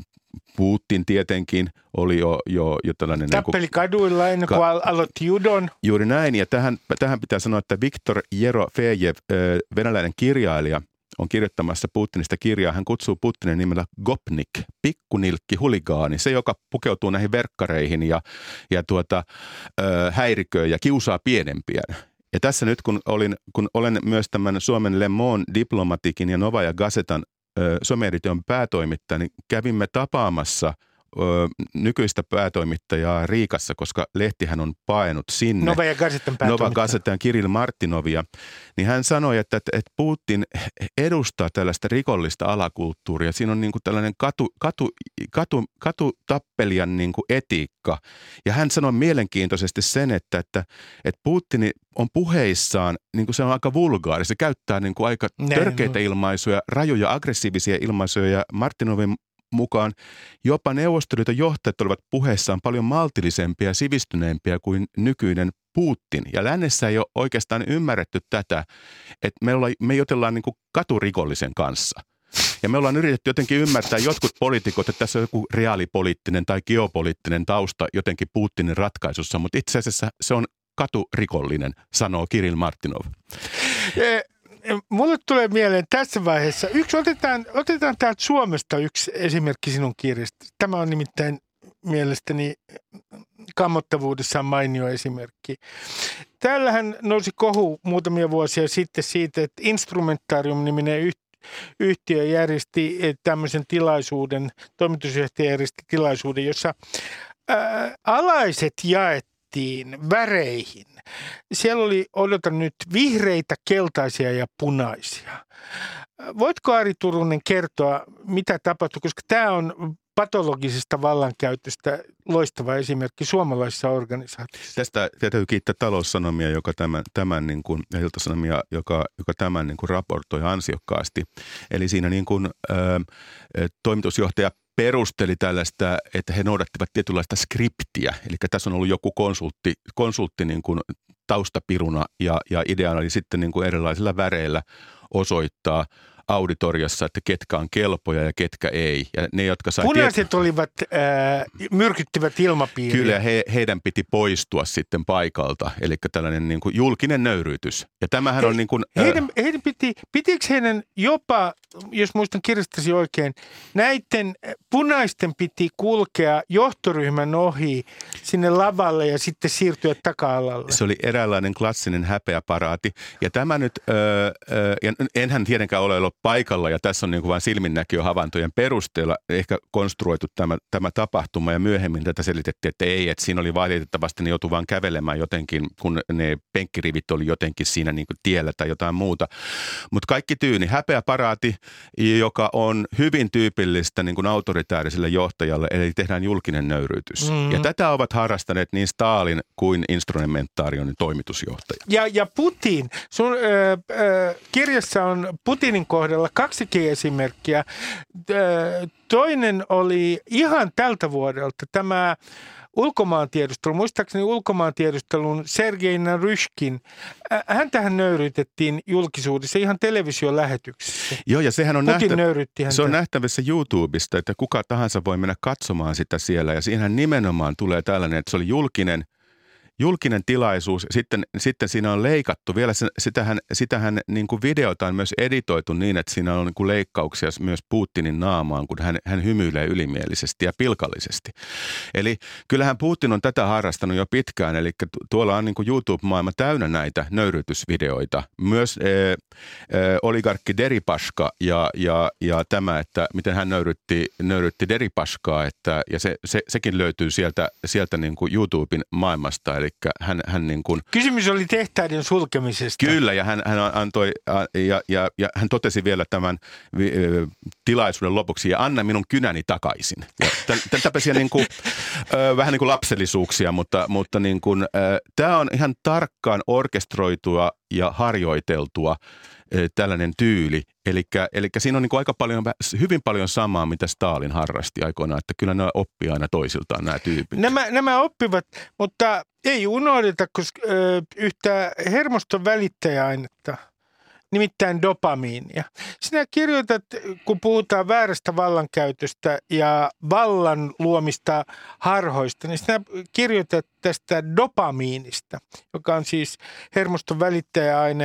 S1: Putin tietenkin oli jo, jo, jo tällainen...
S2: Tappeli kaduilla ennen kuin ka- aloitti judon.
S1: Juuri näin, ja tähän, tähän pitää sanoa, että Viktor Jerofejev, venäläinen kirjailija, on kirjoittamassa Putinista kirjaa. Hän kutsuu Putinin nimellä Gopnik, pikkunilkki, huligaani, se joka pukeutuu näihin verkkareihin ja, ja tuota, häiriköi ja kiusaa pienempiä. Ja tässä nyt, kun, olin, kun olen myös tämän Suomen Le Monde Diplomatikin ja Novaja Gazetan ö, some-edition päätoimittaja, niin kävimme tapaamassa ö, nykyistä päätoimittajaa Riikassa, koska lehtihän on paenut sinne.
S2: Novaja Gazetan päätoimittaja.
S1: Nova Gazetan Kirill Martinovia. Niin hän sanoi, että, että Putin edustaa tällaista rikollista alakulttuuria. Siinä on niin kuin tällainen katu, katu, katu, katutappelijan niin kuin etiikka. Ja hän sanoi mielenkiintoisesti sen, että, että, että Putin on puheissaan, niin kuin se on aika vulgaari. Se käyttää niin kuin aika törkeitä ilmaisuja, rajuja, aggressiivisia ilmaisuja. Ja Martinovin mukaan jopa Neuvostoliiton johtajat olivat puheessaan paljon maltillisempia ja sivistyneempiä kuin nykyinen Putin. Ja lännessä ei ole oikeastaan ymmärretty tätä, että me, ollaan, me jutellaan niin kuin katurikollisen kanssa. Ja me ollaan yritetty jotenkin ymmärtää jotkut poliitikot, että tässä on joku reaalipoliittinen tai geopoliittinen tausta jotenkin Putinin ratkaisussa, mutta itse asiassa se on katurikollinen, sanoo Kirill Martinov.
S2: Mulle tulee mieleen tässä vaiheessa, yksi otetaan, otetaan täältä Suomesta yksi esimerkki sinun kirjasta. Tämä on nimittäin mielestäni kammottavuudessaan mainio esimerkki. Täällähän nousi kohu muutamia vuosia sitten siitä, että Instrumentarium-niminen yhtiö järjesti tämmöisen tilaisuuden, toimitusjohtaja järjesti tilaisuuden, jossa ää, alaiset jaettiin väreihin. Siellä oli, odotan nyt, vihreitä, keltaisia ja punaisia. Voitko Ari Turunen kertoa, mitä tapahtui, koska tämä on patologisesta vallankäytöstä loistava esimerkki suomalaisissa organisaatioissa.
S1: Tästä täytyy kiittää Taloussanomia, joka tämän, tämän niin kuin, ja Ilta-Sanomia, joka, joka tämän niin kuin raportoi ansiokkaasti. Eli siinä niin kuin, ä, toimitusjohtaja perusteli tällaista, että he noudattivat tietynlaista skriptiä. Eli tässä on ollut joku konsultti, konsultti niin kuin taustapiruna ja, ja ideana oli sitten niin kuin erilaisilla väreillä osoittaa auditoriassa, että ketkä on kelpoja ja ketkä ei. Ja ne, jotka sai
S2: punaiset
S1: tiet...
S2: olivat, äh, myrkyttivät ilmapiiriä.
S1: Kyllä, he, heidän piti poistua sitten paikalta, eli tällainen niin kuin julkinen nöyryytys. Ja tämähän he, on niin kuin...
S2: Heidän, äh... heidän piti, pitikö heidän jopa, jos muistan kirjastasi oikein, näiden punaisten piti kulkea johtoryhmän ohi sinne lavalle ja sitten siirtyä taka-alalle?
S1: Se oli eräänlainen klassinen häpeäparaati. Ja tämä nyt, äh, äh, ja enhän tietenkään ole ollut paikalla, ja tässä on niin kuin vain silminnäkijä havaintojen perusteella ehkä konstruoitu tämä, tämä tapahtuma, ja myöhemmin tätä selitettiin, että ei, että siinä oli valitettavasti, ne joutui vaan kävelemään jotenkin, kun ne penkkirivit oli jotenkin siinä niin kuin tiellä tai jotain muuta. Mutta kaikki tyyni, häpeäparaati, joka on hyvin tyypillistä niin kuin autoritääriselle johtajalle, eli tehdään julkinen nöyryytys. Mm. Ja tätä ovat harrastaneet niin Stalin kuin Instrumentariumin toimitusjohtaja.
S2: Ja, ja Putin, sun ö, ö, kirjassa on Putinin kohdalla kaksikin esimerkkiä. Toinen oli ihan tältä vuodelta tämä ulkomaantiedustelu. Muistaakseni ulkomaantiedustelun Sergei Naryshkin. Häntähän nöyryytettiin julkisuudessa ihan televisiolähetyksessä.
S1: Joo, ja sehän on,
S2: Putin
S1: nähtä... se on nähtävissä YouTubesta, että kuka tahansa voi mennä katsomaan sitä siellä. Ja siinähän nimenomaan tulee tällainen, että se oli julkinen Julkinen tilaisuus, sitten, sitten siinä on leikattu, vielä se, sitähän, sitähän niin kuin videota on myös editoitu niin, että siinä on niin kuin leikkauksia myös Putinin naamaan, kun hän, hän hymyilee ylimielisesti ja pilkallisesti. Eli kyllähän Putin on tätä harrastanut jo pitkään, eli tuolla on niin kuin YouTube-maailma täynnä näitä nöyryytysvideoita. Myös e, e, oligarkki Deripaska ja, ja, ja tämä, että miten hän nöyrytti, nöyrytti Deripaskaa, että, ja se, se, sekin löytyy sieltä, sieltä niin kuin YouTuben maailmasta, eli hän, hän niin kuin...
S2: Kysymys oli tehtaiden sulkemisesta.
S1: Kyllä, ja hän, hän antoi, ja, ja, ja hän totesi vielä tämän tilaisuuden lopuksi, ja anna minun kynäni takaisin. Tällaisia niin kuin, vähän niin kuin lapsellisuuksia, mutta, mutta niin kuin, tämä on ihan tarkkaan orkestroitua ja harjoiteltua tällainen tyyli. Elikkä, elikkä siinä on niin kuin aika paljon, hyvin paljon samaa, mitä Stalin harrasti aikoinaan, että kyllä nämä oppii aina toisiltaan nämä tyypit.
S2: Nämä, nämä oppivat, mutta ei unohdeta, koska ö, yhtä hermoston välittäjäainetta, nimittäin dopamiinia. Sinä kirjoitat, kun puhutaan väärästä vallankäytöstä ja vallan luomista harhoista, niin sinä kirjoitat tästä dopamiinista, joka on siis hermoston välittäjäaine.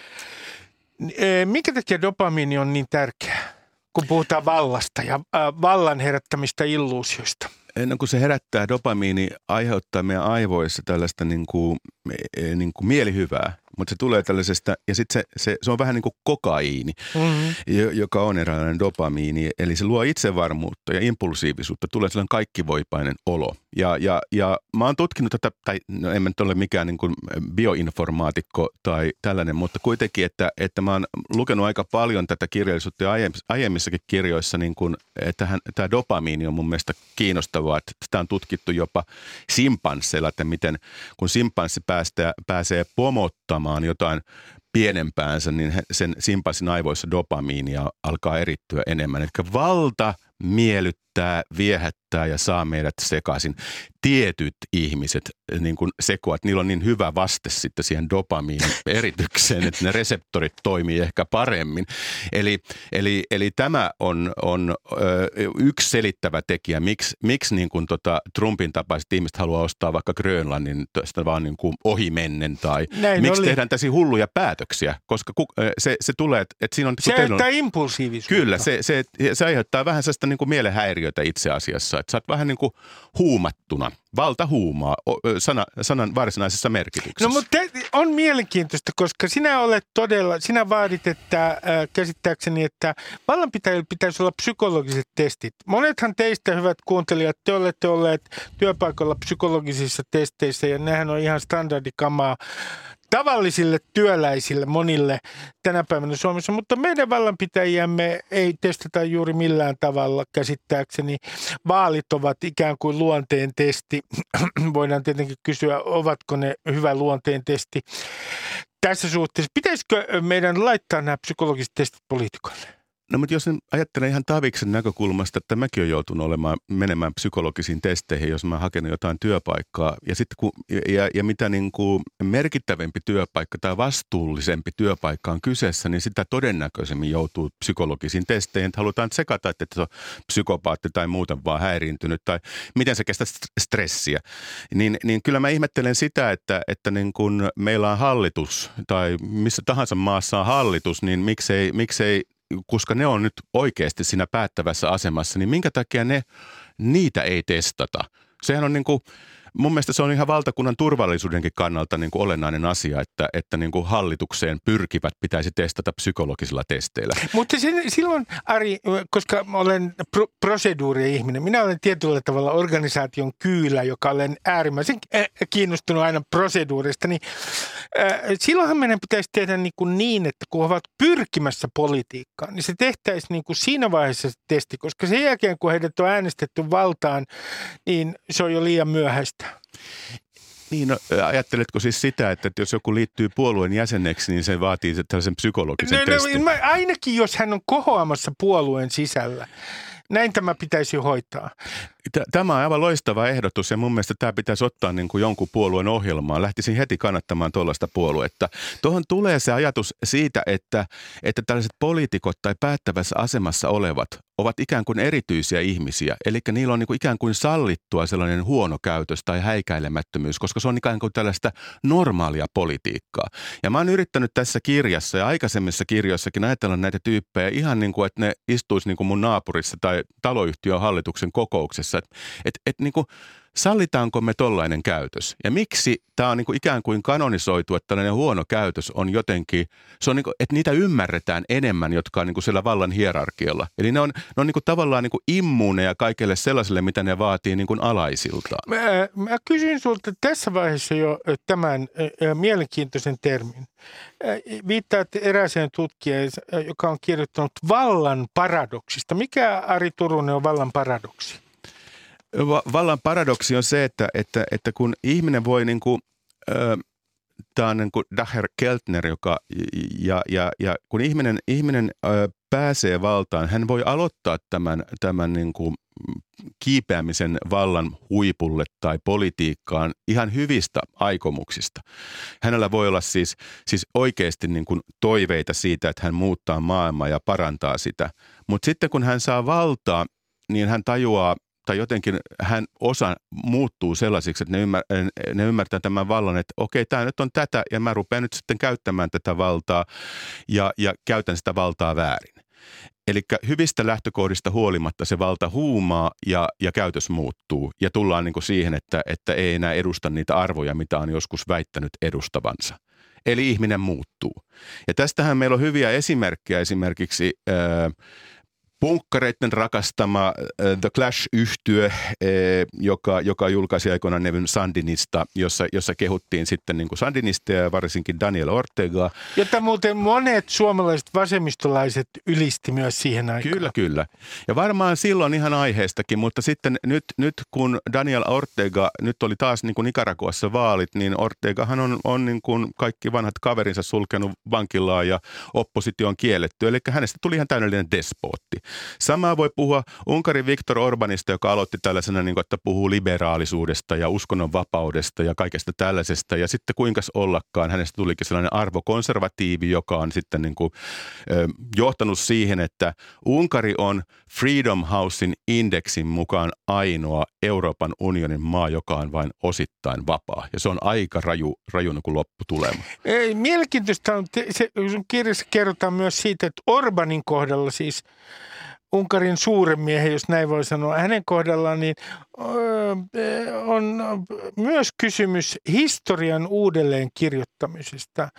S2: Minkä takia dopamiini on niin tärkeä, kun puhutaan vallasta ja vallan herättämistä illuusioista?
S1: Ennen kuin se herättää, dopamiini aiheuttaa meidän aivoissa tällaista niin kuin, niin kuin mielihyvää. mutta se tulee tällaisesta, ja sitten se, se, se on vähän niin kuin kokaiini, mm-hmm. joka on eräänlainen dopamiini, eli se luo itsevarmuutta ja impulsiivisuutta, tulee sellainen kaikkivoipainen olo. Ja, ja, ja mä oon tutkinut tätä, tai no en mä nyt ole mikään niin kuin bioinformaatikko tai tällainen, mutta kuitenkin, että, että mä oon lukenut aika paljon tätä kirjallisuutta ja aiemmissakin kirjoissa, niin kuin, että tämä dopamiini on mun mielestä kiinnostavaa, että sitä on tutkittu jopa simpansseilla, että miten kun simpanssi päästää, pääsee pomottamaan jotain pienempäänsä, niin sen simpanssin aivoissa dopamiinia alkaa erittyä enemmän. Eli valta miellyttää, viehättää ja saa meidät sekaisin. Tietyt ihmiset niin kuin sekoavat, niillä on niin hyvä vaste sitten siihen dopamiinin eritykseen, että ne reseptorit toimii ehkä paremmin. Eli, eli, eli tämä on, on ö, yksi selittävä tekijä, miksi, miksi niin kuin tota Trumpin tapaiset ihmiset haluaa ostaa vaikka Grönlannin tästä vaan niin kuin ohimennen tai
S2: Näin
S1: miksi
S2: oli.
S1: tehdään tällaisia hulluja päätöksiä, koska ku, se, se tulee, että, että siinä on...
S2: Se aiheuttaa impulsiivisuutta.
S1: Kyllä, se, se, se aiheuttaa vähän sellaista niin kuin mielenhäiriötä itse asiassa, että sä oot vähän niin kuin huumattuna. Valta huumaa sana, sanan varsinaisessa merkityksessä.
S2: No mutta on mielenkiintoista, koska sinä olet todella, sinä vaadit, että äh, käsittääkseni, että vallanpitäjillä pitäisi olla psykologiset testit. Monethan teistä, hyvät kuuntelijat, te olette olleet työpaikalla psykologisissa testeissä ja nehän on ihan standardikamaa tavallisille työläisille monille tänä päivänä Suomessa, mutta meidän vallanpitäjiämme ei testata juuri millään tavalla käsittääkseni. Vaalit ovat ikään kuin luonteen testi. Voidaan tietenkin kysyä, ovatko ne hyvä luonteen testi tässä suhteessa. Pitäisikö meidän laittaa nämä psykologiset testit poliitikoille?
S1: No mutta jos ajattelen ihan Taviksen näkökulmasta, että mäkin olen joutunut olemaan, menemään psykologisiin testeihin, jos mä hakenut jotain työpaikkaa. Ja sitten kun, ja, ja mitä niin kuin merkittävämpi työpaikka tai vastuullisempi työpaikka on kyseessä, niin sitä todennäköisemmin joutuu psykologisiin testeihin. Että halutaan tsekata, että se on psykopaatti tai muuten vaan häiriintynyt tai miten se kestää stressiä. Niin, niin kyllä mä ihmettelen sitä, että, että niin kun meillä on hallitus tai missä tahansa maassa on hallitus, niin miksei, miksei koska ne on nyt oikeasti siinä päättävässä asemassa, niin minkä takia ne, niitä ei testata? Sehän on niin kuin, mun mielestä se on ihan valtakunnan turvallisuudenkin kannalta niin kuin olennainen asia, että, että niin kuin hallitukseen pyrkivät pitäisi testata psykologisilla testeillä.
S2: Mutta sen, silloin, Ari, koska olen pro- proseduuri-ihminen, minä olen tietyllä tavalla organisaation kyylä, joka olen äärimmäisen kiinnostunut aina proseduurista, niin äh, silloinhan meidän pitäisi tehdä niin, kuin niin, että kun ovat pyrkimässä politiikkaan, niin se tehtäisiin niin kuin siinä vaiheessa se testi, koska sen jälkeen, kun heidät on äänestetty valtaan, niin se on jo liian myöhäistä.
S1: Niin, no, ajatteletko siis sitä, että jos joku liittyy puolueen jäseneksi, niin se vaatii tällaisen psykologisen
S2: no,
S1: testin?
S2: No, ainakin jos hän on kohoamassa puolueen sisällä. Näin tämä pitäisi hoitaa.
S1: Tämä on aivan loistava ehdotus ja mun mielestä tämä pitäisi ottaa niin kuin jonkun puolueen ohjelmaan. Lähtisin heti kannattamaan tuollaista puoluetta. Tuohon tulee se ajatus siitä, että, että tällaiset poliitikot tai päättävässä asemassa olevat ovat ikään kuin erityisiä ihmisiä. Eli niillä on niin kuin ikään kuin sallittua sellainen huono käytös tai häikäilemättömyys, koska se on ikään kuin tällaista normaalia politiikkaa. Ja mä oon yrittänyt tässä kirjassa ja aikaisemmissa kirjoissakin ajatella näitä tyyppejä ihan niin kuin, että ne istuisi niin kuin mun naapurissa tai taloyhtiön hallituksen kokouksessa. Että et, et niin kuin sallitaanko me tollainen käytös? Ja miksi tämä on niin kuin ikään kuin kanonisoitu, että tällainen huono käytös on jotenkin, se on niin kuin, että niitä ymmärretään enemmän, jotka on niin kuin siellä vallan hierarkialla. Eli ne on, ne on niin kuin tavallaan niin kuin immuuneja kaikille sellaiselle, mitä ne vaatii niin kuin alaisiltaan.
S2: Mä, mä kysyn sulta tässä vaiheessa jo tämän äh, mielenkiintoisen termin. Äh, viittaat erääseen tutkijaan, joka on kirjoittanut vallan paradoksista. Mikä, Ari Turunen, on vallan paradoksi?
S1: Vallan paradoksi on se, että, että, että kun ihminen voi niin kuin, äh, tämä on niin kuin Dacher Keltner, joka, ja, ja, ja kun ihminen, ihminen äh, pääsee valtaan, hän voi aloittaa tämän, tämän niin kuin kiipeämisen vallan huipulle tai politiikkaan ihan hyvistä aikomuksista. Hänellä voi olla siis, siis oikeasti niin kuin toiveita siitä, että hän muuttaa maailmaa ja parantaa sitä. Mutta sitten kun hän saa valtaa, niin hän tajuaa, tai jotenkin hän osa muuttuu sellaisiksi, että ne, ymmär, ne ymmärtää tämän vallan, että okei, tämä nyt on tätä ja mä rupean nyt sitten käyttämään tätä valtaa ja, ja käytän sitä valtaa väärin. Eli hyvistä lähtökohdista huolimatta se valta huumaa ja, ja käytös muuttuu ja tullaan niin kuin siihen, että, että ei enää edusta niitä arvoja, mitä on joskus väittänyt edustavansa. eli ihminen muuttuu. Ja tästähän meillä on hyviä esimerkkejä, esimerkiksi ää, punkkareiden rakastama uh, The Clash-yhtye, eh, joka, joka julkaisi aikoinaan nevyn Sandinista, jossa, jossa kehuttiin sitten niin kuin sandinisteja ja varsinkin Daniel Ortegaa.
S2: Jota muuten monet suomalaiset vasemmistolaiset ylisti myös siihen aikaan.
S1: Kyllä, kyllä. Ja varmaan silloin ihan aiheestakin, mutta sitten nyt, nyt kun Daniel Ortega, nyt oli taas niin kuin Nicaraguassa vaalit, niin Ortegahan on, on niin kuin kaikki vanhat kaverinsa sulkenut vankilaan ja oppositio on kielletty. Eli hänestä tuli ihan täydellinen despootti. Samaa voi puhua Unkarin Viktor Orbanista, joka aloitti tällaisena, niin kuin, että puhuu liberaalisuudesta ja uskonnonvapaudesta ja kaikesta tällaisesta. Ja sitten kuinkas ollakaan, hänestä tulikin sellainen arvokonservatiivi, joka on sitten niin kuin, ö, johtanut siihen, että Unkari on Freedom Housein indeksin mukaan ainoa Euroopan unionin maa, joka on vain osittain vapaa. Ja se on aika raju, raju niin kuin lopputulema.
S2: Ei, mielenkiintoista on, se, sun kirjassa kerrotaan myös siitä, että Orbanin kohdalla siis Unkarin suuren miehen, jos näin voi sanoa, hänen kohdallaan, niin on myös kysymys historian uudelleen kirjoittamisesta.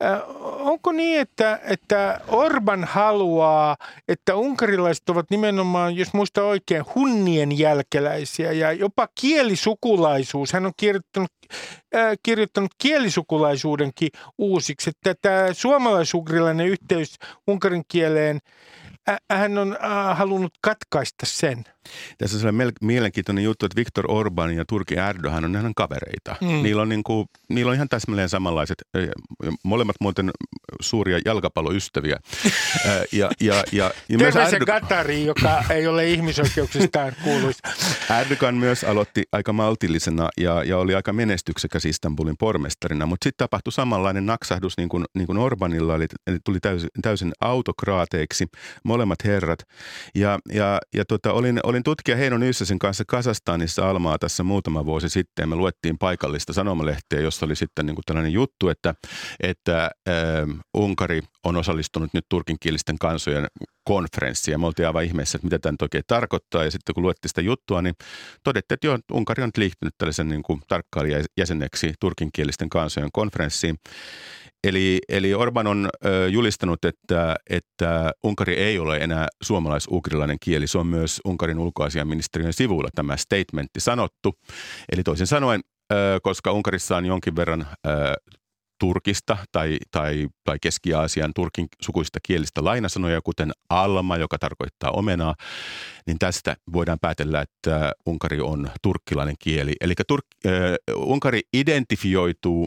S2: Onko niin, että, että Orban haluaa, että unkarilaiset ovat nimenomaan, jos muista oikein, hunnien jälkeläisiä ja jopa kielisukulaisuus. Hän on kirjoittanut, äh, kirjoittanut kielisukulaisuudenkin uusiksi, että tämä suomalaisugrilainen yhteys unkarin kieleen, hän on äh, halunnut katkaista sen.
S1: Tässä on sellainen mielenkiintoinen juttu, että Viktor Orban ja Turki Erdogan on ihan kavereita. Mm. Niillä on, niin kuin, niillä on ihan täsmälleen samanlaiset, molemmat muuten suuria jalkapalloystäviä. ja, ja, ja, ja
S2: myös Erdogan, Katari, joka ei ole ihmisoikeuksistaan kuuluisa.
S1: Erdogan myös aloitti aika maltillisena ja, ja oli aika menestyksekäs Istanbulin pormestarina, mutta sitten tapahtui samanlainen naksahdus niin kuin, niin kuin Orbanilla, eli, eli tuli täysin, täysin autokraateiksi molemmat herrat. Ja, ja, ja tota, olin, olin tutkija Heino Nyssäsen kanssa Kazakstanissa Almaa tässä muutama vuosi sitten. Ja me luettiin paikallista sanomalehtiä, jossa oli sitten niin kuin tällainen juttu, että, että äh, Unkari on osallistunut nyt turkinkielisten kansojen konferenssiin. Ja me oltiin aivan ihmeessä, että mitä tämä nyt oikein tarkoittaa. Ja sitten kun luettiin sitä juttua, niin todettiin, että joo, Unkari on liittynyt tällaisen niin kuin tarkkailijajäseneksi turkinkielisten kansojen konferenssiin. Eli, eli Orban on ö, julistanut, että, että Unkari ei ole enää suomalais-ugrilainen kieli. Se on myös Unkarin ulkoasiainministeriön sivuilla tämä statementti sanottu. Eli toisin sanoen, ö, koska Unkarissa on jonkin verran ö, turkista tai, tai, tai Keski-Aasian turkin sukuista kielistä lainasanoja, kuten alma, joka tarkoittaa omenaa, niin tästä voidaan päätellä, että Unkari on turkkilainen kieli. Eli Tur- ö, Unkari identifioituu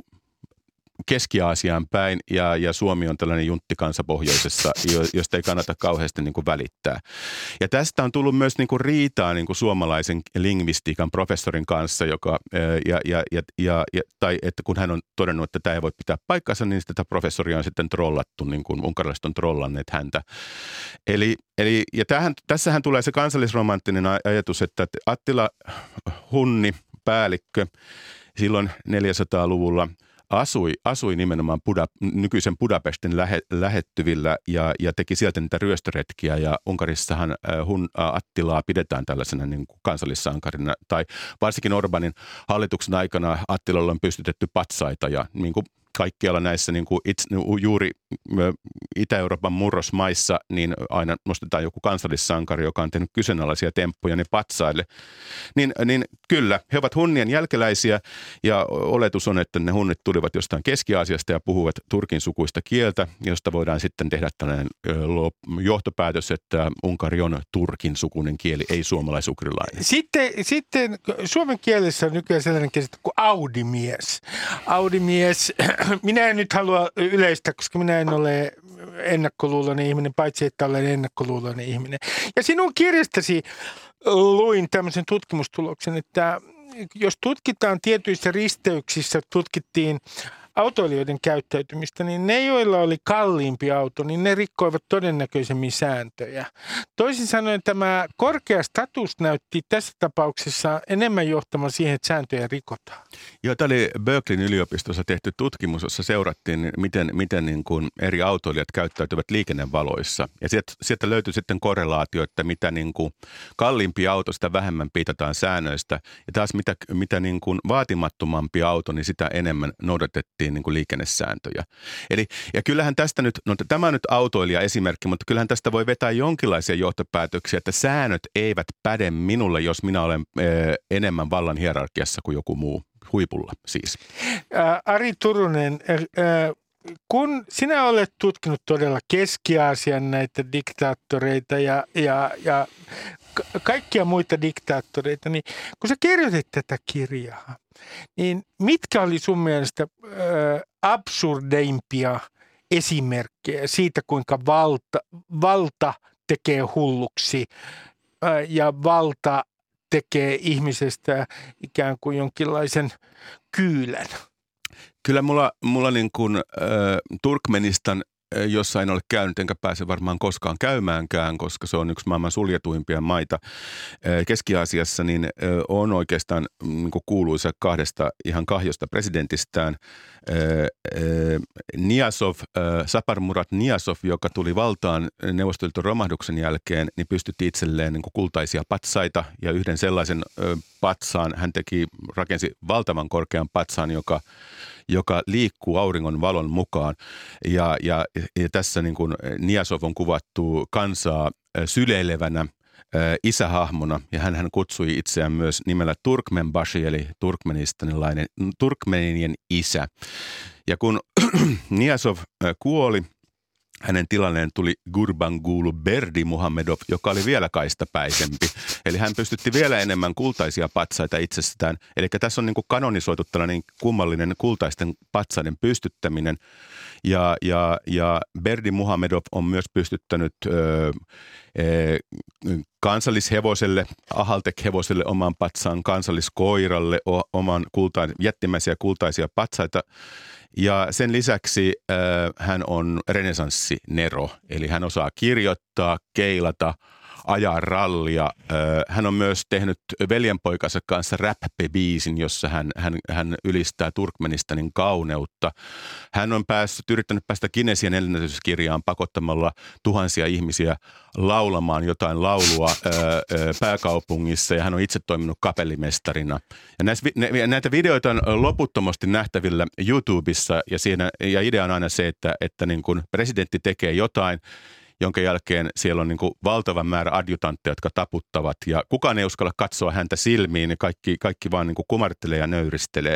S1: Keski-Aasiaan päin ja, ja Suomi on tällainen junttikansa pohjoisessa, josta ei kannata kauheasti niin kuin välittää. Ja tästä on tullut myös niin kuin riitaa niin kuin suomalaisen lingvistiikan professorin kanssa, joka, ja, ja, ja, ja, tai että kun hän on todennut, että tämä ei voi pitää paikkansa, niin tätä professoria on sitten trollattu, niin kuin unkarilaiset on trollanneet häntä. Eli, eli ja tähän, tässähän tulee se kansallisromanttinen ajatus, että Attila Hunni, päällikkö, silloin neljäsataaluvulla Asui, asui nimenomaan Buda, nykyisen Budapestin lähe, lähettyvillä ja, ja teki sieltä niitä ryöstöretkiä. Ja Unkarissahan äh, hun, äh, Attilaa pidetään tällaisena niin kuin kansallissankarina. Tai varsinkin Orbanin hallituksen aikana Attilalla on pystytetty patsaita ja niin kuin kaikkialla näissä niin kuin itse, juuri Itä-Euroopan murrosmaissa niin aina nostetaan joku kansallissankari, joka on tehnyt kyseenalaisia temppuja ne patsaille. Niin, niin kyllä, he ovat hunnien jälkeläisiä ja oletus on, että ne hunnit tulivat jostain Keski-Aasiasta ja puhuvat turkin sukuista kieltä, josta voidaan sitten tehdä tällainen johtopäätös, että Unkari on turkin sukuinen kieli, ei suomalaisukrilainen.
S2: Sitten, sitten suomen kielessä on nykyään sellainen käsite kuin audimies. Audimies, minä en nyt halua yleistä, koska minä en ole ennakkoluuloinen ihminen, paitsi että olen ennakkoluuloinen ihminen. Ja sinun kirjastasi luin tämmöisen tutkimustuloksen, että jos tutkitaan tietyissä risteyksissä, tutkittiin autoilijoiden käyttäytymistä, niin ne, joilla oli kalliimpi auto, niin ne rikkoivat todennäköisemmin sääntöjä. Toisin sanoen tämä korkea status näytti tässä tapauksessa enemmän johtamaan siihen, että sääntöjä rikotaan.
S1: Joo, tämä oli Berkeleyn yliopistossa tehty tutkimus, jossa seurattiin, miten, miten niin kuin eri autoilijat käyttäytyvät liikennevaloissa. Ja sieltä, sieltä löytyi sitten korrelaatio, että mitä niin kuin kalliimpi auto, sitä vähemmän piitataan säännöistä. Ja taas mitä, mitä niin kuin vaatimattomampi auto, niin sitä enemmän noudatettiin noudatettiin niin kuin liikennesääntöjä. Eli, ja kyllähän tästä nyt, no tämä on nyt autoilija esimerkki, mutta kyllähän tästä voi vetää jonkinlaisia johtopäätöksiä, että säännöt eivät päde minulle, jos minä olen ö, enemmän vallan hierarkiassa kuin joku muu, huipulla siis.
S2: Ää, Ari Turunen, ää, kun sinä olet tutkinut todella Keski-Aasian näitä diktaattoreita ja, ja, ja ka- kaikkia muita diktaattoreita, niin kun sä kirjoitit tätä kirjaa, niin mitkä oli sun mielestä äh, absurdeimpia esimerkkejä siitä, kuinka valta, valta tekee hulluksi äh, ja valta tekee ihmisestä ikään kuin jonkinlaisen kyylän?
S1: Kyllä mulla, mulla niin kuin äh, Turkmenistan, äh, jossa en ole käynyt, enkä pääse varmaan koskaan käymäänkään, koska se on yksi maailman suljetuimpia maita äh, Keski-Aasiassa, niin äh, on oikeastaan niin kuin kuuluisa kahdesta ihan kahjosta presidentistään. Äh, äh, Niyazov, äh, Saparmurat Niyazov, joka tuli valtaan Neuvostoliiton romahduksen jälkeen, niin pystytti itselleen niin kuin kultaisia patsaita ja yhden sellaisen äh, patsaan, hän teki, rakensi valtavan korkean patsaan, joka joka liikkuu auringon valon mukaan. Ja, ja, ja tässä niin kuin Niyazov on kuvattu kansaa syleilevänä äh, isähahmona, ja hän, hän kutsui itseään myös nimellä Turkmenbashi, eli turkmenistanilainen, Turkmenien isä. Ja kun Niyazov äh, kuoli, hänen tilalleen tuli Gurbanguly Berdimuhamedov, joka oli vielä kaistapäisempi. Eli hän pystytti vielä enemmän kultaisia patsaita itsestään. Eli tässä on niin kuin kanonisoitu tällainen kummallinen kultaisten patsaiden pystyttäminen. Ja, ja, ja Berdimuhamedov on myös pystyttänyt ö, ö, kansallishevoselle, Ahaltek-hevoselle oman patsaan, kansalliskoiralle o, oman kultain, jättimäisiä kultaisia patsaita. Ja sen lisäksi äh, hän on renesanssinero, eli hän osaa kirjoittaa, keilata, ajaa rallia. Äh, hän on myös tehnyt veljenpoikansa kanssa rap-biisin, jossa hän, hän, hän ylistää Turkmenistanin kauneutta. Hän on päässyt, yrittänyt päästä Guinnessin ennätyskirjaan pakottamalla tuhansia ihmisiä laulamaan jotain laulua äh, äh, pääkaupungissa, ja hän on itse toiminut kapellimestarina. Ja näissä, ne, näitä videoita on loputtomasti nähtävillä YouTubessa, ja, siinä, ja idea on aina se, että, että niin kun presidentti tekee jotain, jonka jälkeen siellä on niin kuin valtava määrä adjutantteja, jotka taputtavat, ja kukaan ei uskalla katsoa häntä silmiin, ja kaikki, kaikki vaan niin kuin kumartelee ja nöyristelee.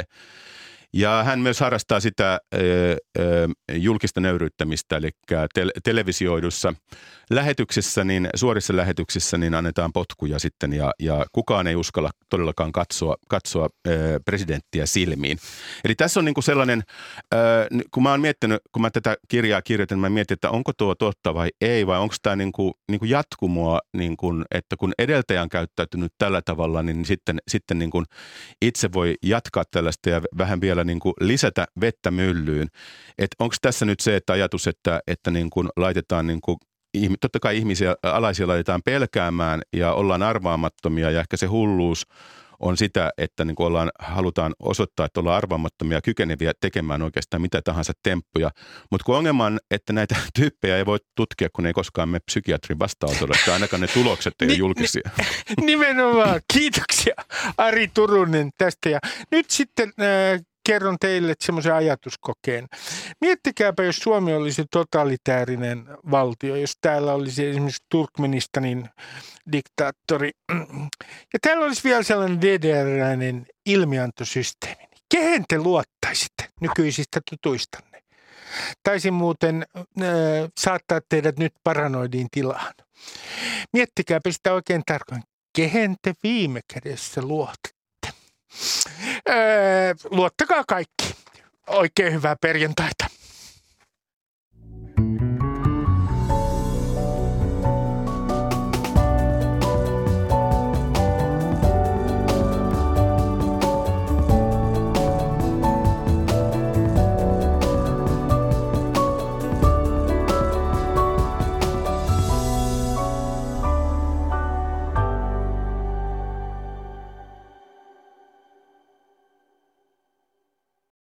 S1: Ja hän myös harrastaa sitä ö, ö, julkista nöyryyttämistä, eli te- televisioidussa lähetyksissä, niin suorissa lähetyksissä niin annetaan potkuja sitten, ja, ja kukaan ei uskalla todellakaan katsoa, katsoa ö, presidenttiä silmiin. Eli tässä on niin kuin sellainen, ö, kun mä oon miettinyt, kun mä tätä kirjaa kirjoitin, mä mietin, että onko tuo totta vai ei, vai onko tämä niin kuin, niin kuin jatkumoa, niin kuin, että kun edeltäjä on käyttäytynyt tällä tavalla, niin sitten, sitten niin kuin itse voi jatkaa tällaista ja vähän vielä niin kuin lisätä vettä myllyyn. Että onko tässä nyt se, että ajatus, että, että niin kuin laitetaan, niin kuin, totta kai ihmisiä, alaisia laitetaan pelkäämään ja ollaan arvaamattomia, ja ehkä se hulluus on sitä, että niin kuin ollaan, halutaan osoittaa, että ollaan arvaamattomia, kykeneviä tekemään oikeastaan mitä tahansa temppuja. Mutta kun ongelma on, että näitä tyyppejä ei voi tutkia, kun ei koskaan mene psykiatrin vastaanotolle, että ainakaan ne tulokset ei ole julkisia.
S2: Nimenomaan. Kiitoksia Ari Turunen tästä. Ja nyt sitten äh, kerron teille semmoisen ajatuskokeen. Miettikääpä, jos Suomi olisi totalitäärinen valtio, jos täällä olisi esimerkiksi Turkmenistanin diktaattori, ja täällä olisi vielä sellainen D D R-läinen ilmiantosysteemi. Kehen te luottaisitte nykyisistä tutuistanne? Taisin muuten äh, saattaa teidät nyt paranoidiin tilaan. Miettikääpä sitä oikein tarkoin. Kehen te viime kädessä luotatte? Öö, luottakaa kaikki. Oikein hyvää perjantaita.